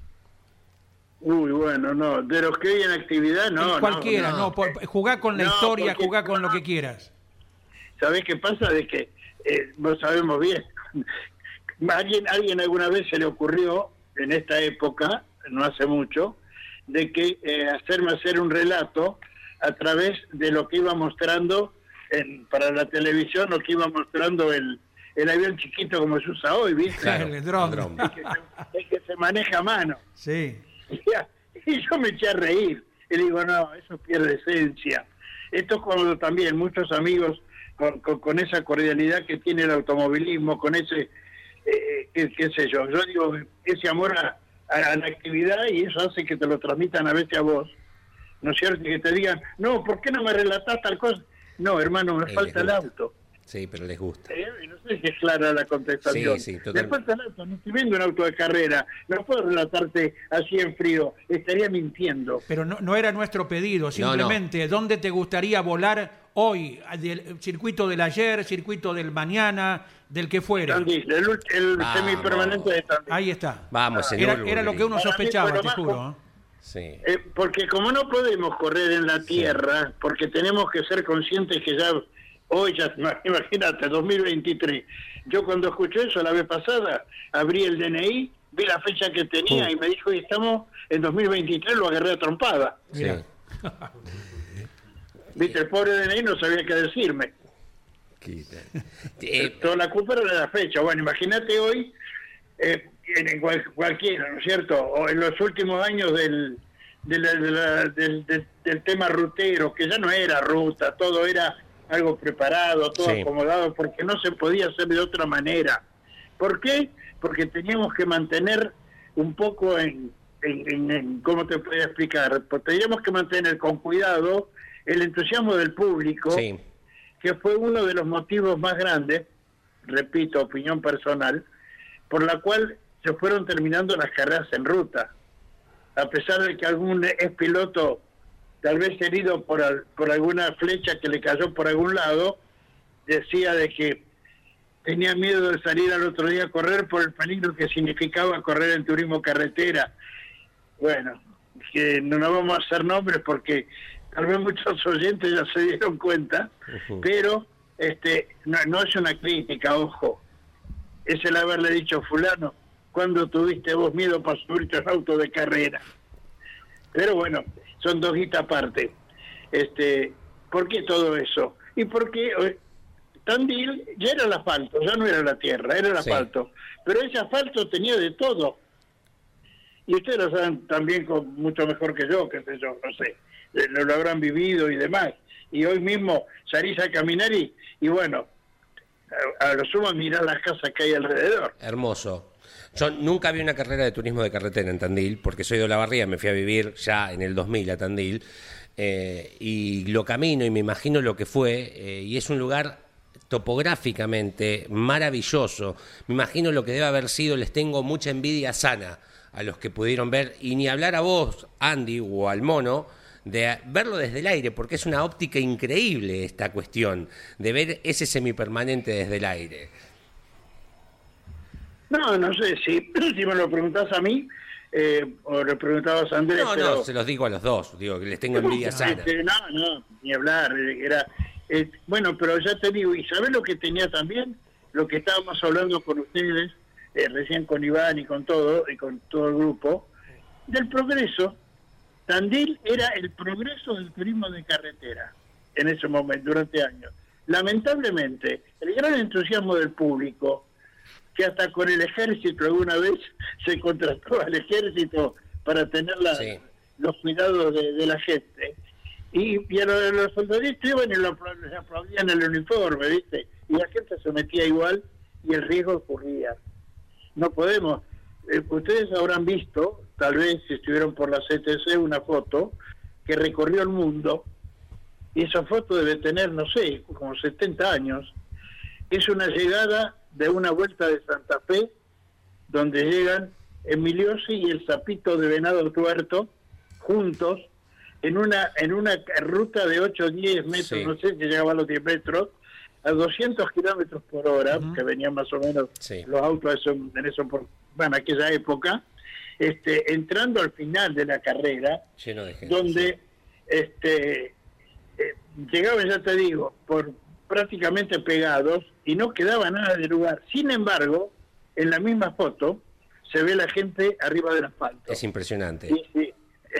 Uy, bueno, no, de los que hay en actividad, no. En cualquiera, no, no, por- jugá con la No, historia, porque- jugá con lo que quieras. ¿Sabés qué pasa? De que, eh, vos sabemos bien, alguien, alguien alguna vez se le ocurrió, en esta época, no hace mucho, de que eh, hacerme hacer un relato a través de lo que iba mostrando en, para la televisión, lo que iba mostrando el, el avión chiquito como se usa hoy, ¿viste? Claro, el dron. el dron. El que, se, el que se maneja a mano. Sí. Y yo me eché a reír. Y le digo, no, eso pierde esencia. Esto es cuando también muchos amigos, con, con, con esa cordialidad que tiene el automovilismo, con ese, eh, qué, qué sé yo, yo digo, ese amor a, a la actividad, y eso hace que te lo transmitan a veces a vos, ¿no es cierto? Y que te digan, no, ¿por qué no me relatás tal cosa? No, hermano, me Eh, falta el gusta. auto. Sí, pero les gusta. Eh, y no sé si es clara la contestación. Sí, sí, totalmente. Después del auto, no estoy viendo un auto de carrera, no puedo relatarte así en frío, estaría mintiendo. Pero no, no era nuestro pedido, simplemente, No, no. ¿dónde te gustaría volar hoy? Del circuito del ayer, circuito del mañana, del que fuera. Tandil, el, ult- el Vamos. semipermanente de Tandil. Ahí está. Vamos, Era, señor. era lo que uno Para mí, sospechaba, bueno, te más juro. con- ¿eh? Sí. Eh, porque como no podemos correr en la tierra, porque tenemos que ser conscientes que ya hoy, ya imagínate, dos mil veintitrés, yo cuando escuché eso la vez pasada, abrí el D N I, vi la fecha que tenía Mm. y me dijo, estamos en dos mil veintitrés, lo agarré a trompada. Sí. Mira. Viste, el pobre D N I no sabía qué decirme. Eh, Toda la culpa era de la fecha. Bueno, imagínate hoy, eh, en cual- cualquiera, ¿no es cierto? O en los últimos años del, de la- de la- del, del- del tema rutero, que ya no era ruta, todo era algo preparado, todo Sí. acomodado, porque no se podía hacer de otra manera. ¿Por qué? Porque teníamos que mantener un poco en, en, en- en- ¿cómo te puedo explicar? Pues teníamos que mantener con cuidado el entusiasmo del público, sí. que fue uno de los motivos más grandes, repito, opinión personal, por la cual se fueron terminando las carreras en ruta. A pesar de que algún ex piloto, tal vez herido por, al- por alguna flecha que le cayó por algún lado, decía de que tenía miedo de salir al otro día a correr por el peligro que significaba correr en turismo carretera. Bueno, que no nos vamos a hacer nombres porque tal vez muchos oyentes ya se dieron cuenta, Ujú. pero este no, no es una crítica, ojo. Es el haberle dicho, fulano, ¿cuándo tuviste vos miedo para subirte al auto de carrera? Pero bueno, son dos guitas aparte. Este, ¿por qué todo eso? Y porque eh, Tandil ya era el asfalto, ya no era la tierra, era el Sí. asfalto. Pero ese asfalto tenía de todo. Y ustedes lo saben también con, mucho mejor que yo, qué sé yo, no sé, eh, lo, lo habrán vivido y demás. Y hoy mismo salís a caminar y, y bueno, a, a lo sumo mirar las casas que hay alrededor. Hermoso. Yo nunca vi una carrera de turismo de carretera en Tandil, porque soy de Olavarría, me fui a vivir ya en el dos mil a Tandil, eh, y lo camino y me imagino lo que fue, eh, y es un lugar topográficamente maravilloso. Me imagino lo que debe haber sido, les tengo mucha envidia sana a los que pudieron ver, y ni hablar a vos, Andy, o al mono, de verlo desde el aire, porque es una óptica increíble esta cuestión, de ver ese semipermanente desde el aire. No, no sé, si, si me lo preguntás a mí, eh, o le preguntabas a Andrés, No, pero... no, se los digo a los dos, digo que les tengo envidia sana. Este, no, no, ni hablar, eh, era... eh, bueno, pero ya te digo, ¿y sabés lo que tenía también? Lo que estábamos hablando con ustedes, eh, recién con Iván y con todo, y con todo el grupo, del progreso. Tandil era el progreso del turismo de carretera en ese momento, durante años. Lamentablemente, el gran entusiasmo del público, que hasta con el ejército alguna vez se contrató al ejército para tener la, Sí. los cuidados de, de la gente, y, y a los, los soldaditos iban y lo apla- les aplaudían el uniforme, ¿viste? Y la gente se metía igual y el riesgo ocurría. No podemos. Eh, ustedes habrán visto, tal vez si estuvieron por la C T C, una foto que recorrió el mundo, y esa foto debe tener, no sé, como setenta años. Es una llegada de una vuelta de Santa Fe, donde llegan Emiliosi y el Zapito de Venado Tuerto, juntos, en una en una ruta de ocho o diez metros, Sí. no sé si llegaba a los diez metros, a doscientos kilómetros por hora, Ujú. que venían más o menos Sí. los autos eso, en eso por, bueno, aquella época, este, entrando al final de la carrera, Lleno de gente. donde este eh, llegaban, ya te digo, por prácticamente pegados y no quedaba nada de lugar. Sin embargo, en la misma foto se ve la gente arriba del asfalto. Es impresionante. Sí, sí.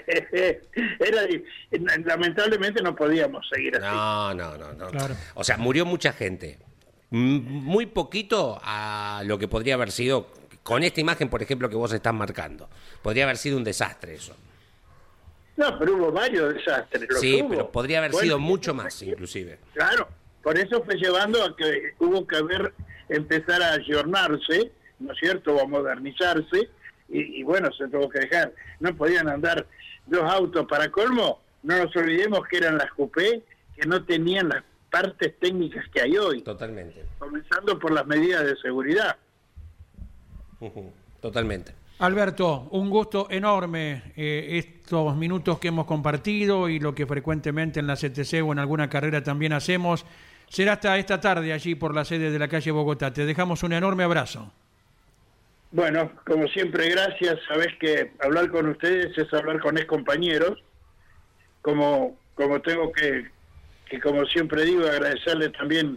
Era, lamentablemente no podíamos seguir así. No, no, no, no. Claro. O sea, murió mucha gente. M- Muy poquito a lo que podría haber sido, con esta imagen, por ejemplo, que vos estás marcando. Podría haber sido un desastre eso. No, pero hubo varios desastres. los Sí, hubo. pero podría haber Bueno, sido y mucho eso más, fue- inclusive. Claro, por eso fue llevando a que hubo que haber, empezar a ayornarse, ¿no es cierto?, o a modernizarse, y, y bueno, se tuvo que dejar. No podían andar dos autos para colmo, no nos olvidemos que eran las coupé, que no tenían las partes técnicas que hay hoy. Totalmente. Comenzando por las medidas de seguridad. Uh-huh. Totalmente. Alberto, un gusto enorme eh, estos minutos que hemos compartido y lo que frecuentemente en la C T C o en alguna carrera también hacemos. Será hasta esta tarde allí por la sede de la calle Bogotá. Te dejamos un enorme abrazo. Bueno, como siempre, gracias. Sabés que hablar con ustedes es hablar con ex compañeros. Como, como tengo que, que, como siempre digo, agradecerle también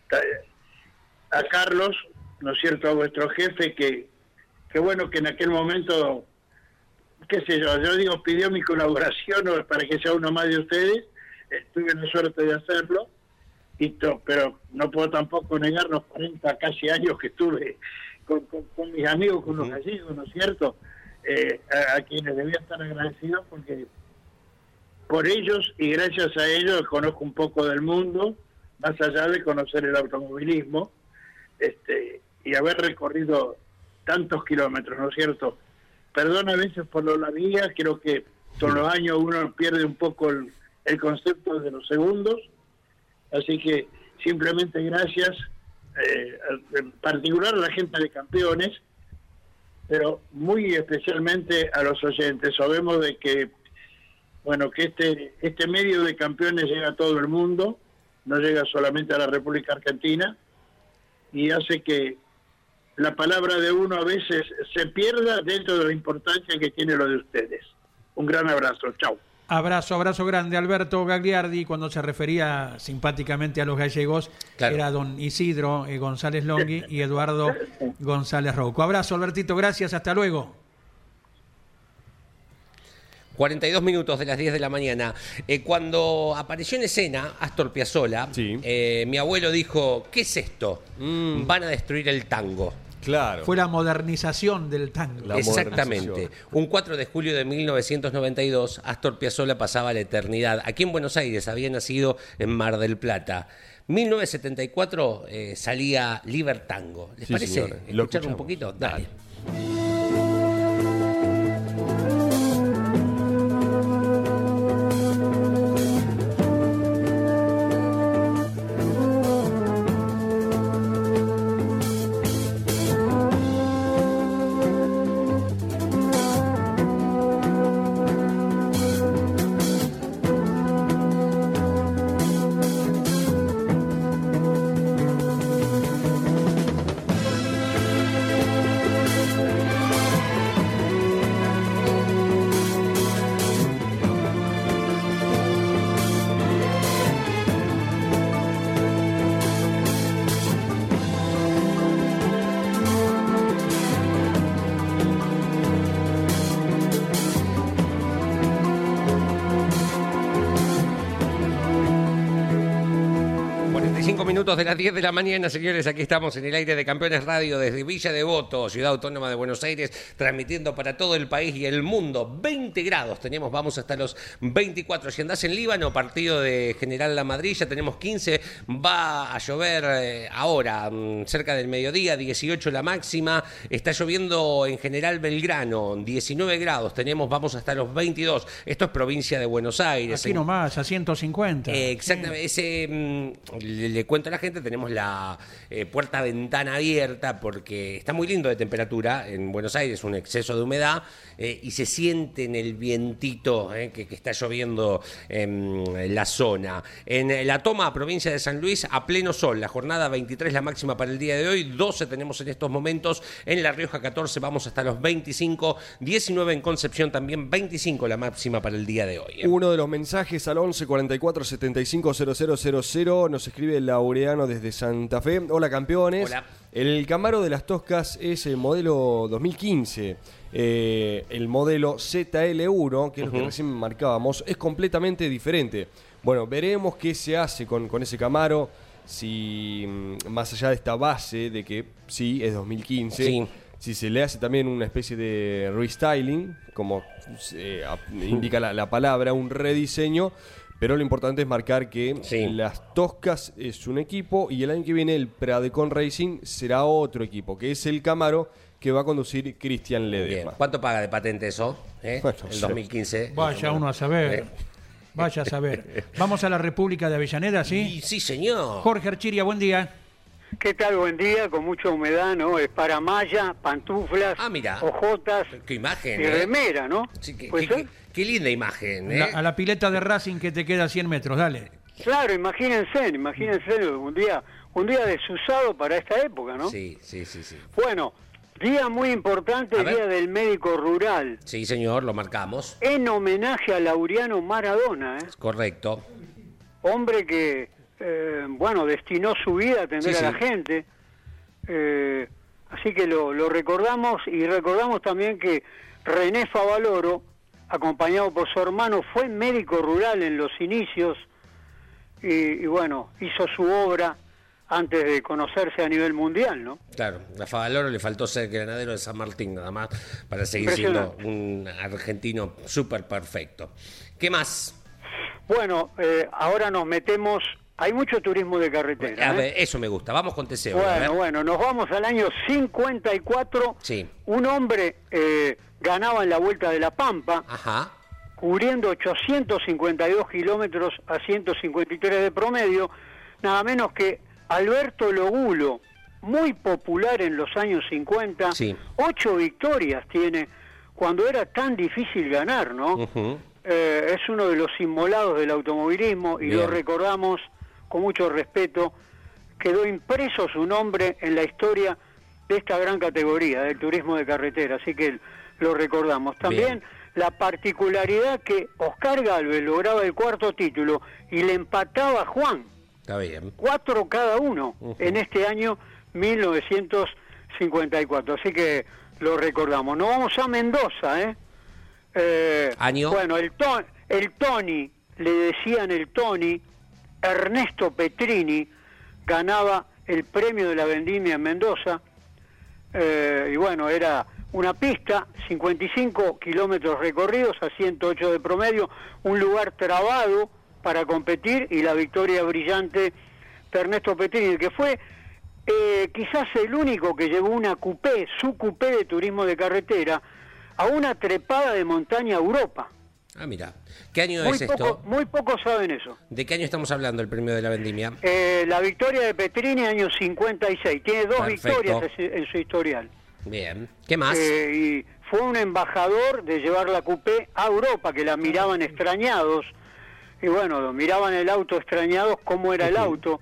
a Carlos, ¿no es cierto?, a vuestro jefe, que Qué bueno que en aquel momento, qué sé yo, yo digo, pidió mi colaboración para que sea uno más de ustedes. Eh, tuve la suerte de hacerlo, y to, pero no puedo tampoco negar los cuarenta casi años que estuve con, con, con mis amigos, con los gallegos, ¿no es cierto? Eh, a, a quienes debía estar agradecido porque por ellos y gracias a ellos conozco un poco del mundo, más allá de conocer el automovilismo, este, y haber recorrido tantos kilómetros, ¿no es cierto? Perdón a veces por lo la vía, creo que con los años uno pierde un poco el, el concepto de los segundos, así que simplemente gracias, eh, en particular a la gente de Campeones, pero muy especialmente a los oyentes. Sabemos de que, bueno, que este, este medio de Campeones llega a todo el mundo, no llega solamente a la República Argentina, y hace que la palabra de uno a veces se pierda dentro de la importancia que tiene lo de ustedes. Un gran abrazo, chao. Abrazo, abrazo grande. Alberto Gagliardi, cuando se refería simpáticamente a los gallegos, claro, era don Isidro eh, González Longhi y Eduardo González Rouco. Abrazo, Albertito, gracias, hasta luego. cuarenta y dos minutos de las diez de la mañana. Eh, cuando apareció en escena Astor Piazzolla, sí, eh, mi abuelo dijo, ¿qué es esto? Mm. Van a destruir el tango. Claro. Fue la modernización del tango. La Exactamente. Un cuatro de julio de mil novecientos noventa y dos, Astor Piazzolla pasaba la eternidad. Aquí en Buenos Aires, había nacido en Mar del Plata. mil novecientos setenta y cuatro eh, salía Libertango. ¿Les sí, parece señora, escuchar un poquito? Dale. Dale. Minutos de las diez de la mañana, señores, aquí estamos en el aire de Campeones Radio desde Villa Devoto, Ciudad Autónoma de Buenos Aires, transmitiendo para todo el país y el mundo. veinte grados tenemos, vamos hasta los veinticuatro. Si andás en Líbano, partido de General La Madrid, tenemos quince, va a llover eh, ahora, cerca del mediodía, dieciocho la máxima, está lloviendo en General Belgrano, diecinueve grados tenemos, vamos hasta los veintidós. Esto es provincia de Buenos Aires. Aquí nomás, a ciento cincuenta. Eh, exactamente, ese mm, le, le cuento a la gente, tenemos la eh, puerta-ventana abierta porque está muy lindo de temperatura en Buenos Aires, un exceso de humedad eh, y se siente en el vientito eh, que, que está lloviendo en la zona. En La Toma, provincia de San Luis, a pleno sol, la jornada veintitrés la máxima para el día de hoy, doce tenemos en estos momentos, en La Rioja catorce, vamos hasta los veinticinco, diecinueve en Concepción también, veinticinco la máxima para el día de hoy. Eh. Uno de los mensajes al once cuarenta y cuatro setenta y cinco cero cero cero cero nos escribe Laureano desde Santa Fe. Hola, campeones. Hola. El Camaro de las Toscas es el modelo dos mil quince. Eh, el modelo Z L uno, que es uh-huh. lo que recién marcábamos, es completamente diferente. Bueno, veremos qué se hace con, con ese Camaro. Si más allá de esta base de que sí, es dos mil quince, sí, si se le hace también una especie de restyling, como eh, indica la, la palabra, un rediseño. Pero lo importante es marcar que sí, las Toscas es un equipo y el año que viene el Pradecon Racing será otro equipo, que es el Camaro que va a conducir Cristian Ledesma. Bien. ¿Cuánto paga de patente eso? ¿Eh? Bueno, el sí. dos mil quince. Vaya uno a saber. ¿Eh? Vaya a saber. Vamos a la República de Avellaneda, ¿sí? Y sí, señor. Jorge Archiria, buen día. ¿Qué tal? Buen día, con mucha humedad, ¿no? Es para malla, pantuflas, Ah, mira. ojotas Qué imagen, y ¿eh? remera, ¿no? Sí, qué, ¿Puede qué- ser? qué- qué linda imagen, ¿eh? La- a la pileta de Racing que te queda a cien metros, dale. Claro, imagínense, imagínense un día, un día desusado para esta época, ¿no? Sí, sí, sí, sí. Bueno, día muy importante, A ver. Día del Médico Rural, Sí, señor, lo marcamos. en homenaje a Laureano Maradona, ¿eh? Correcto. Hombre que, eh, bueno, destinó su vida a atender Sí, a sí. la gente. Eh, así que lo, lo recordamos y recordamos también que René Favaloro, acompañado por su hermano, fue médico rural en los inicios y, y bueno, hizo su obra antes de conocerse a nivel mundial, ¿no? Claro, a Favaloro le faltó ser granadero de San Martín nada más para seguir siendo Impresionante. un argentino súper perfecto. ¿Qué más? Bueno, eh, ahora nos metemos, hay mucho turismo de carretera. A ¿eh? ver, eso me gusta. Vamos con Teseo. a ver. Bueno, bueno, nos vamos al año cincuenta y cuatro. Sí. Un hombre eh, ganaba en la Vuelta de la Pampa, Ajá. cubriendo ochocientos cincuenta y dos kilómetros a ciento cincuenta y tres de promedio, nada menos que Alberto Logulo, muy popular en los años cincuenta, Sí. ocho victorias tiene cuando era tan difícil ganar, ¿no? Ujú. Eh, es uno de los inmolados del automovilismo y Bien. lo recordamos con mucho respeto. Quedó impreso su nombre en la historia de esta gran categoría, del turismo de carretera, así que lo recordamos. También Bien. la particularidad que Oscar Gálvez lograba el cuarto título y le empataba a Juan, Está bien. cuatro cada uno, Ujú. en este año mil novecientos cincuenta y cuatro, así que lo recordamos. Nos vamos a Mendoza, ¿eh? Eh, ¿Año? Bueno, el, to- el Tony, le decían el Tony, Ernesto Petrini ganaba el premio de la vendimia en Mendoza, eh, y bueno, era una pista, cincuenta y cinco kilómetros recorridos a ciento ocho de promedio, un lugar trabado para competir y la victoria brillante de Ernesto Petrini, que fue eh, quizás el único que llevó una coupé, su coupé de turismo de carretera, a una trepada de montaña a Europa. Ah, mira. ¿Qué año Muy, es poco, esto? muy pocos saben eso. ¿De qué año estamos hablando el premio de la vendimia? Eh, la victoria de Petrini, año cincuenta y seis. Tiene dos Perfecto. victorias en su- en su historial. Bien. ¿Qué más? Eh, y fue un embajador de llevar la coupé a Europa, que la miraban extrañados. Y bueno, miraban el auto extrañados, cómo era el auto.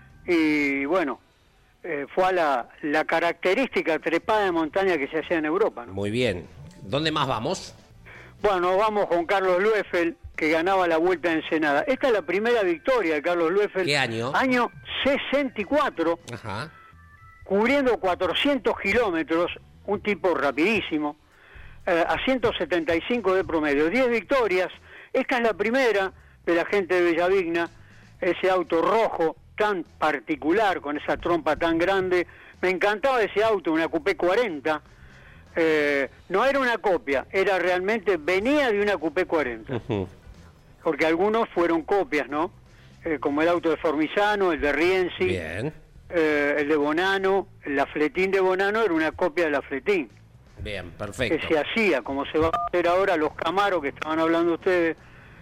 Y bueno, eh, fue a la, la característica trepada de montaña que se hacía en Europa, ¿no? Muy bien. ¿Dónde más vamos? Bueno, vamos con Carlos Lueffel, que ganaba la Vuelta a Ensenada. Esta es la primera victoria de Carlos Lueffel. ¿Qué año? Año sesenta y cuatro, Ajá. cubriendo cuatrocientos kilómetros, un tipo rapidísimo, eh, a ciento setenta y cinco de promedio, diez victorias. Esta es la primera de la gente de Bellavigna, ese auto rojo tan particular, con esa trompa tan grande. Me encantaba ese auto, una Coupé cuarenta. Eh, no era una copia, era realmente, venía de una Coupé cuarenta, Ujú. porque algunos fueron copias, ¿no? Eh, como el auto de Formizano, el de Rienzi, Bien. eh, el de Bonano, la Fletín de Bonano era una copia de la Fletín, Bien, que perfecto. se hacía, como se va a hacer ahora los Camaro que estaban hablando ustedes.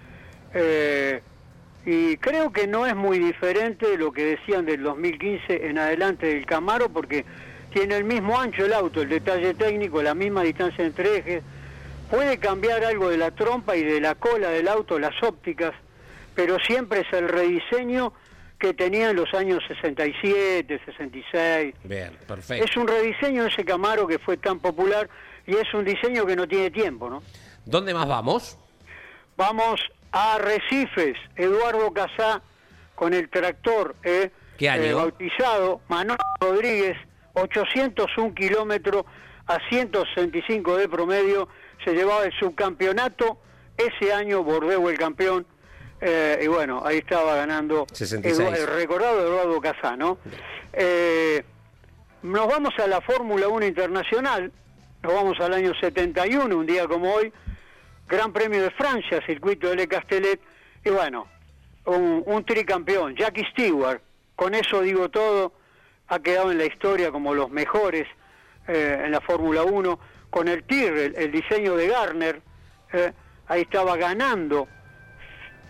Eh, y creo que no es muy diferente de lo que decían del dos mil quince en adelante del Camaro, porque tiene el mismo ancho el auto, el detalle técnico, la misma distancia entre ejes. Puede cambiar algo de la trompa y de la cola del auto, las ópticas, pero siempre es el rediseño que tenía en los años sesenta y siete, sesenta y seis. Bien, perfecto. Es un rediseño de ese Camaro que fue tan popular y es un diseño que no tiene tiempo, ¿no? ¿Dónde más vamos? Vamos a Arrecifes, Eduardo Casá con el tractor, ¿eh? ¿Qué año? Eh, bautizado, Manuel Rodríguez, ochocientos un kilómetros a ciento sesenta y cinco de promedio, se llevaba el subcampeonato, ese año Bordeaux el campeón, eh, y bueno, ahí estaba ganando sesenta y seis. Edu- el recordado Eduardo Casá, ¿no? Eh, nos vamos a la Fórmula uno Internacional, nos vamos al año setenta y uno, un día como hoy, Gran Premio de Francia, circuito de Le Castellet, y bueno, un, un tricampeón, Jackie Stewart, con eso digo todo, ha quedado en la historia como los mejores eh, en la Fórmula uno, con el Tyrrell, el diseño de Garner, eh, ahí estaba ganando,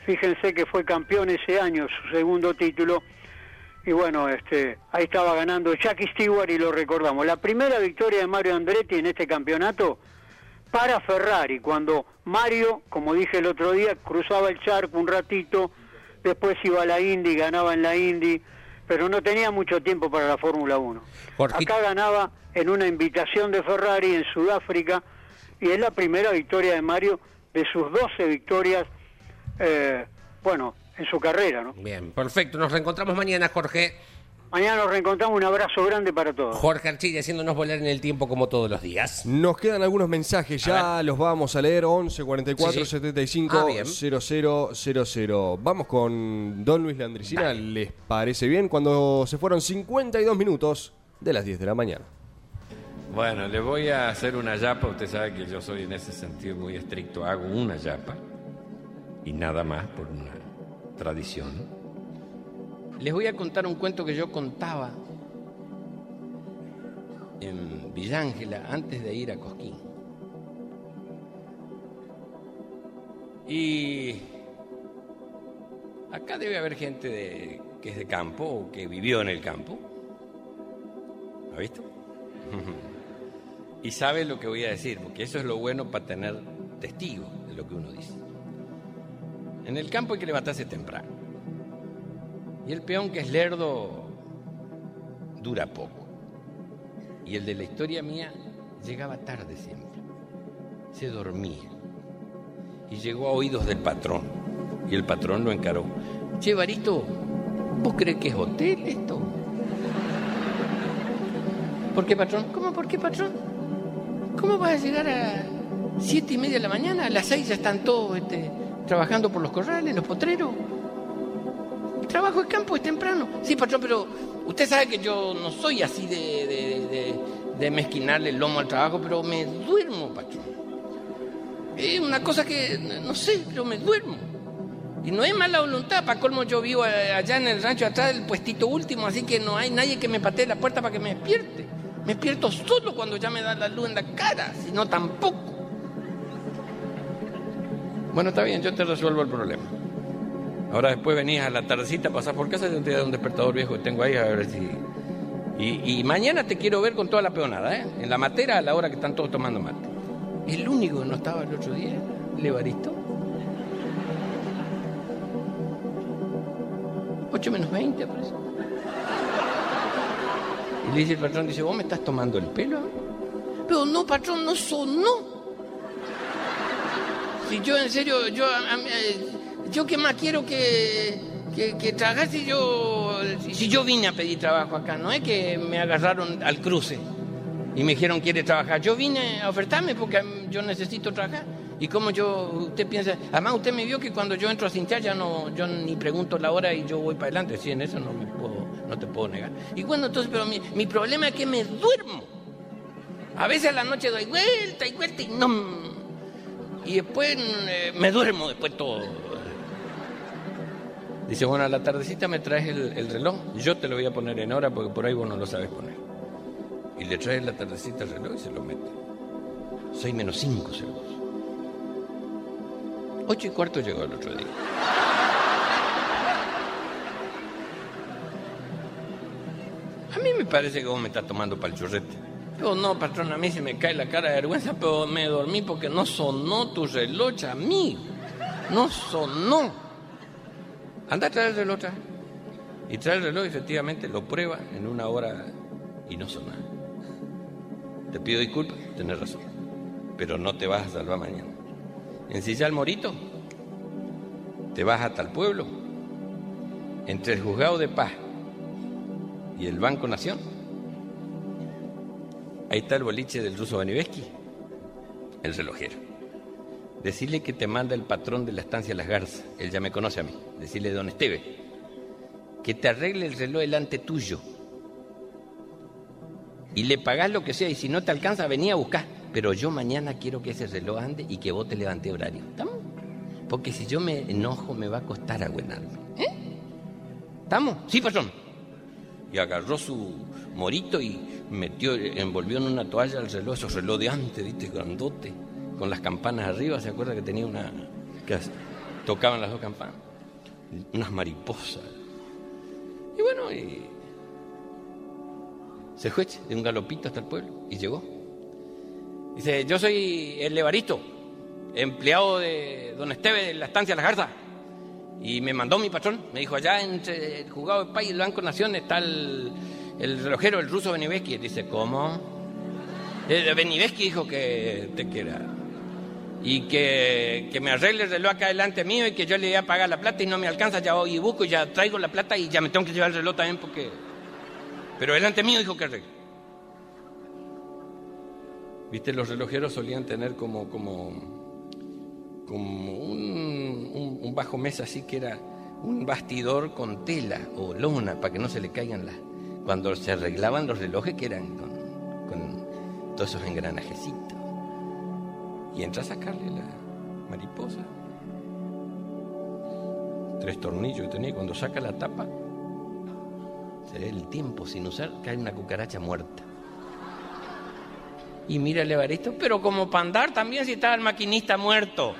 Fíjense que fue campeón ese año, su segundo título. Y bueno, este, ahí estaba ganando Jackie Stewart y lo recordamos. La primera victoria de Mario Andretti en este campeonato para Ferrari, cuando Mario, como dije el otro día, cruzaba el charco un ratito, después iba a la Indy, ganaba en la Indy, pero no tenía mucho tiempo para la Fórmula uno. Jorge... Acá ganaba en una invitación de Ferrari en Sudáfrica, y es la primera victoria de Mario de sus doce victorias, eh, bueno, en su carrera, ¿no? Bien, perfecto. Nos reencontramos mañana, Jorge. Mañana nos reencontramos. Un abrazo grande para todos. Jorge Archili haciéndonos volar en el tiempo como todos los días. Nos quedan algunos mensajes, ya los vamos a leer. Once cuarenta y cuatro Sí, sí. setenta y cinco Ah, cero cero cero cero. Vamos con Don Luis Landricina. Dale. ¿Les parece bien? Cuando se fueron cincuenta y dos minutos de las diez de la mañana. Bueno, le voy a hacer una yapa. Usted sabe que yo soy en ese sentido muy estricto. Hago una yapa y nada más por una tradición. Les voy a contar un cuento que yo contaba en Villa Ángela antes de ir a Cosquín. Y acá debe haber gente de, que es de campo o que vivió en el campo. ¿Ha visto? Y sabe lo que voy a decir, porque eso es lo bueno para tener testigo de lo que uno dice. En el campo hay que levantarse temprano. Y el peón que es lerdo dura poco. Y el de la historia mía llegaba tarde siempre. Se dormía. Y llegó a oídos del patrón. Y el patrón lo encaró. Che, Barito, ¿vos crees que es hotel esto? ¿Por qué, patrón? ¿Cómo por qué, patrón? ¿Cómo vas a llegar a siete y media de la mañana? A las seis ya están todos este, trabajando por los corrales, los potreros. El trabajo de campo es temprano. Sí, patrón, pero usted sabe que yo no soy así de, de, de, de mezquinarle el lomo al trabajo, pero me duermo, patrón. Es una cosa que, no sé, pero me duermo. Y no es mala voluntad, para colmo yo vivo allá en el rancho atrás del puestito último, así que no hay nadie que me patee la puerta para que me despierte. Me despierto solo cuando ya me da la luz en la cara, si no tampoco. Bueno, está bien, yo te resuelvo el problema. Ahora después venís a la tardecita, pasás por casa y yo te doy un despertador viejo que tengo ahí a ver si... Y, y mañana te quiero ver con toda la peonada, ¿eh? En la matera a la hora que están todos tomando mate. El único que no estaba el otro día, el Evaristo. ocho menos veinte, parece. Y le dice el patrón, dice, ¿vos me estás tomando el pelo? Pero no, patrón, no sonó. Si yo, en serio, yo... A, a, yo qué más quiero que, que, que trabajar si yo... Si yo vine a pedir trabajo acá, no es que me agarraron al cruce y me dijeron, ¿quiere trabajar? Yo vine a ofertarme porque yo necesito trabajar. Y como yo, usted piensa, además usted me vio que cuando yo entro a cintear ya no, yo ni pregunto la hora y yo voy para adelante. Sí, en eso no me puedo, no te puedo negar. Y bueno, entonces, pero mi, mi problema es que me duermo. A veces a la noche doy vuelta y vuelta y no... Y después eh, me duermo después todo. Dice, bueno, a la tardecita me traes el, el reloj, yo te lo voy a poner en hora porque por ahí vos no lo sabes poner. Y le traes la tardecita el reloj y se lo mete. Seis menos cinco segundos. Ocho y cuarto llegó el otro día. A mí me parece que vos me estás tomando para el churrete. Yo no, patrón, a mí se me cae la cara de vergüenza, pero me dormí porque no sonó tu reloj a mí. No sonó. Anda a traer el reloj otra vez. Y trae el reloj, efectivamente, lo prueba en una hora y no sonó. Te pido disculpas, tenés razón. Pero no te vas a salvar mañana. Ensilla el morito, te vas hasta el pueblo, entre el juzgado de paz y el Banco Nación. Ahí está el boliche del ruso Baniveski, el relojero. Decirle que te manda el patrón de la estancia Las Garzas, él ya me conoce a mí. Decirle, don Esteve, que te arregle el reloj delante tuyo. Y le pagás lo que sea, y si no te alcanza, vení a buscar. Pero yo mañana quiero que ese reloj ande y que vos te levantes horario. ¿Estamos? Porque si yo me enojo, me va a costar aguentarme. ¿Eh? ¿Estamos? Sí, patrón. Y agarró su morito y metió, envolvió en una toalla el reloj, esos reloj de antes, ¿viste? Grandote, con las campanas arriba. ¿Se acuerda que tenía una... ¿Qué hace? tocaban las dos campanas, unas mariposas. Y bueno, y se fue de un galopito hasta el pueblo y llegó. Dice, yo soy el Evaristo, empleado de don Esteve de la estancia Las Garzas. Y me mandó mi patrón, me dijo, allá entre el juzgado de paz y el Banco Nación está el, el relojero, el ruso Benivesky. Dice, ¿cómo? Eh, Benivesky dijo que te quiera. Y que, que me arregle el reloj acá delante mío y que yo le voy a pagar la plata y no me alcanza, ya voy y busco y ya traigo la plata y ya me tengo que llevar el reloj también porque... Pero delante mío dijo que arregle. Viste, los relojeros solían tener como, como, como un, un, un bajo mesa así que era un bastidor con tela o lona para que no se le caigan las... Cuando se arreglaban los relojes que eran con, con todos esos engranajecitos. Y entra a sacarle la mariposa. Tres tornillos que tenía. Cuando saca la tapa, se ve el tiempo sin usar, cae una cucaracha muerta. Y mira el Evaristo, pero como para andar también si estaba el maquinista muerto.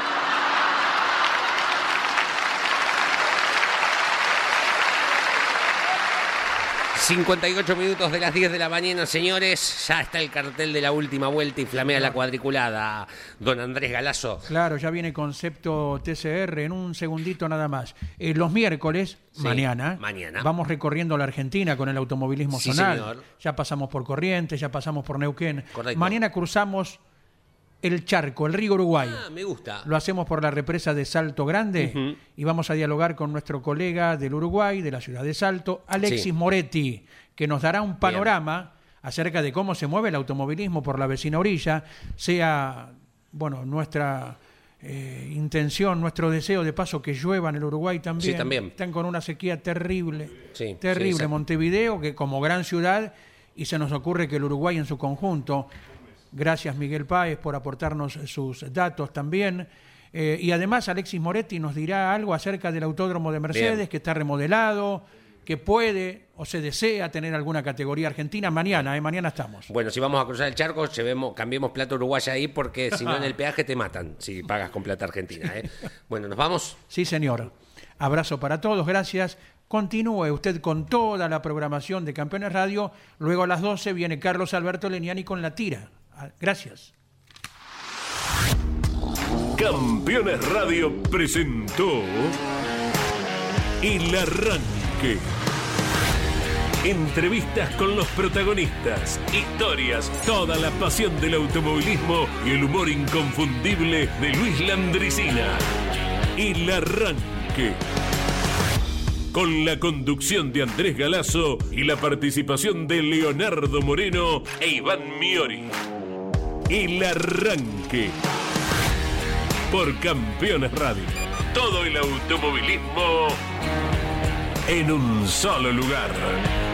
cincuenta y ocho minutos de las diez de la mañana, señores. Ya está el cartel de la última vuelta y flamea la cuadriculada. Don Andrés Galazo. Claro, ya viene concepto T C R en un segundito nada más. Eh, los miércoles, Sí, mañana, mañana, vamos recorriendo la Argentina con el automovilismo Sí, zonal. señor. Ya pasamos por Corrientes, ya pasamos por Neuquén. Correcto. Mañana cruzamos el charco, el río Uruguay. Ah, me gusta. Lo hacemos por la represa de Salto Grande Ujú. y vamos a dialogar con nuestro colega del Uruguay, de la ciudad de Salto, Alexis Sí. Moretti, que nos dará un panorama acerca de cómo se mueve el automovilismo por la vecina orilla, sea, bueno, nuestra eh, intención, nuestro deseo de paso que llueva en el Uruguay también. Sí, también. Están con una sequía terrible, Sí, terrible. sí, exacto. Montevideo, que como gran ciudad, y se nos ocurre que el Uruguay en su conjunto. Gracias, Miguel Páez, por aportarnos sus datos también. Eh, y además, Alexis Moretti nos dirá algo acerca del Autódromo de Mercedes, Bien. que está remodelado, que puede o se desea tener alguna categoría argentina. Mañana, ¿eh? Mañana estamos. Bueno, si vamos a cruzar el charco, llevemos, cambiemos plata uruguaya ahí porque si no en el peaje te matan si pagas con plata argentina. ¿eh? Bueno, ¿nos vamos? Sí, señor. Abrazo para todos, gracias. Continúe usted con toda la programación de Campeones Radio. Luego a las doce viene Carlos Alberto Leniani con La Tira. Gracias. Campeones Radio presentó El Arranque. Entrevistas con los protagonistas, historias, toda la pasión del automovilismo y el humor inconfundible de Luis Landricina. El Arranque. Con la conducción de Andrés Galazo y la participación de Leonardo Moreno e Iván Miori. El Arranque. Por Campeones Radio. Todo el automovilismo en un solo lugar.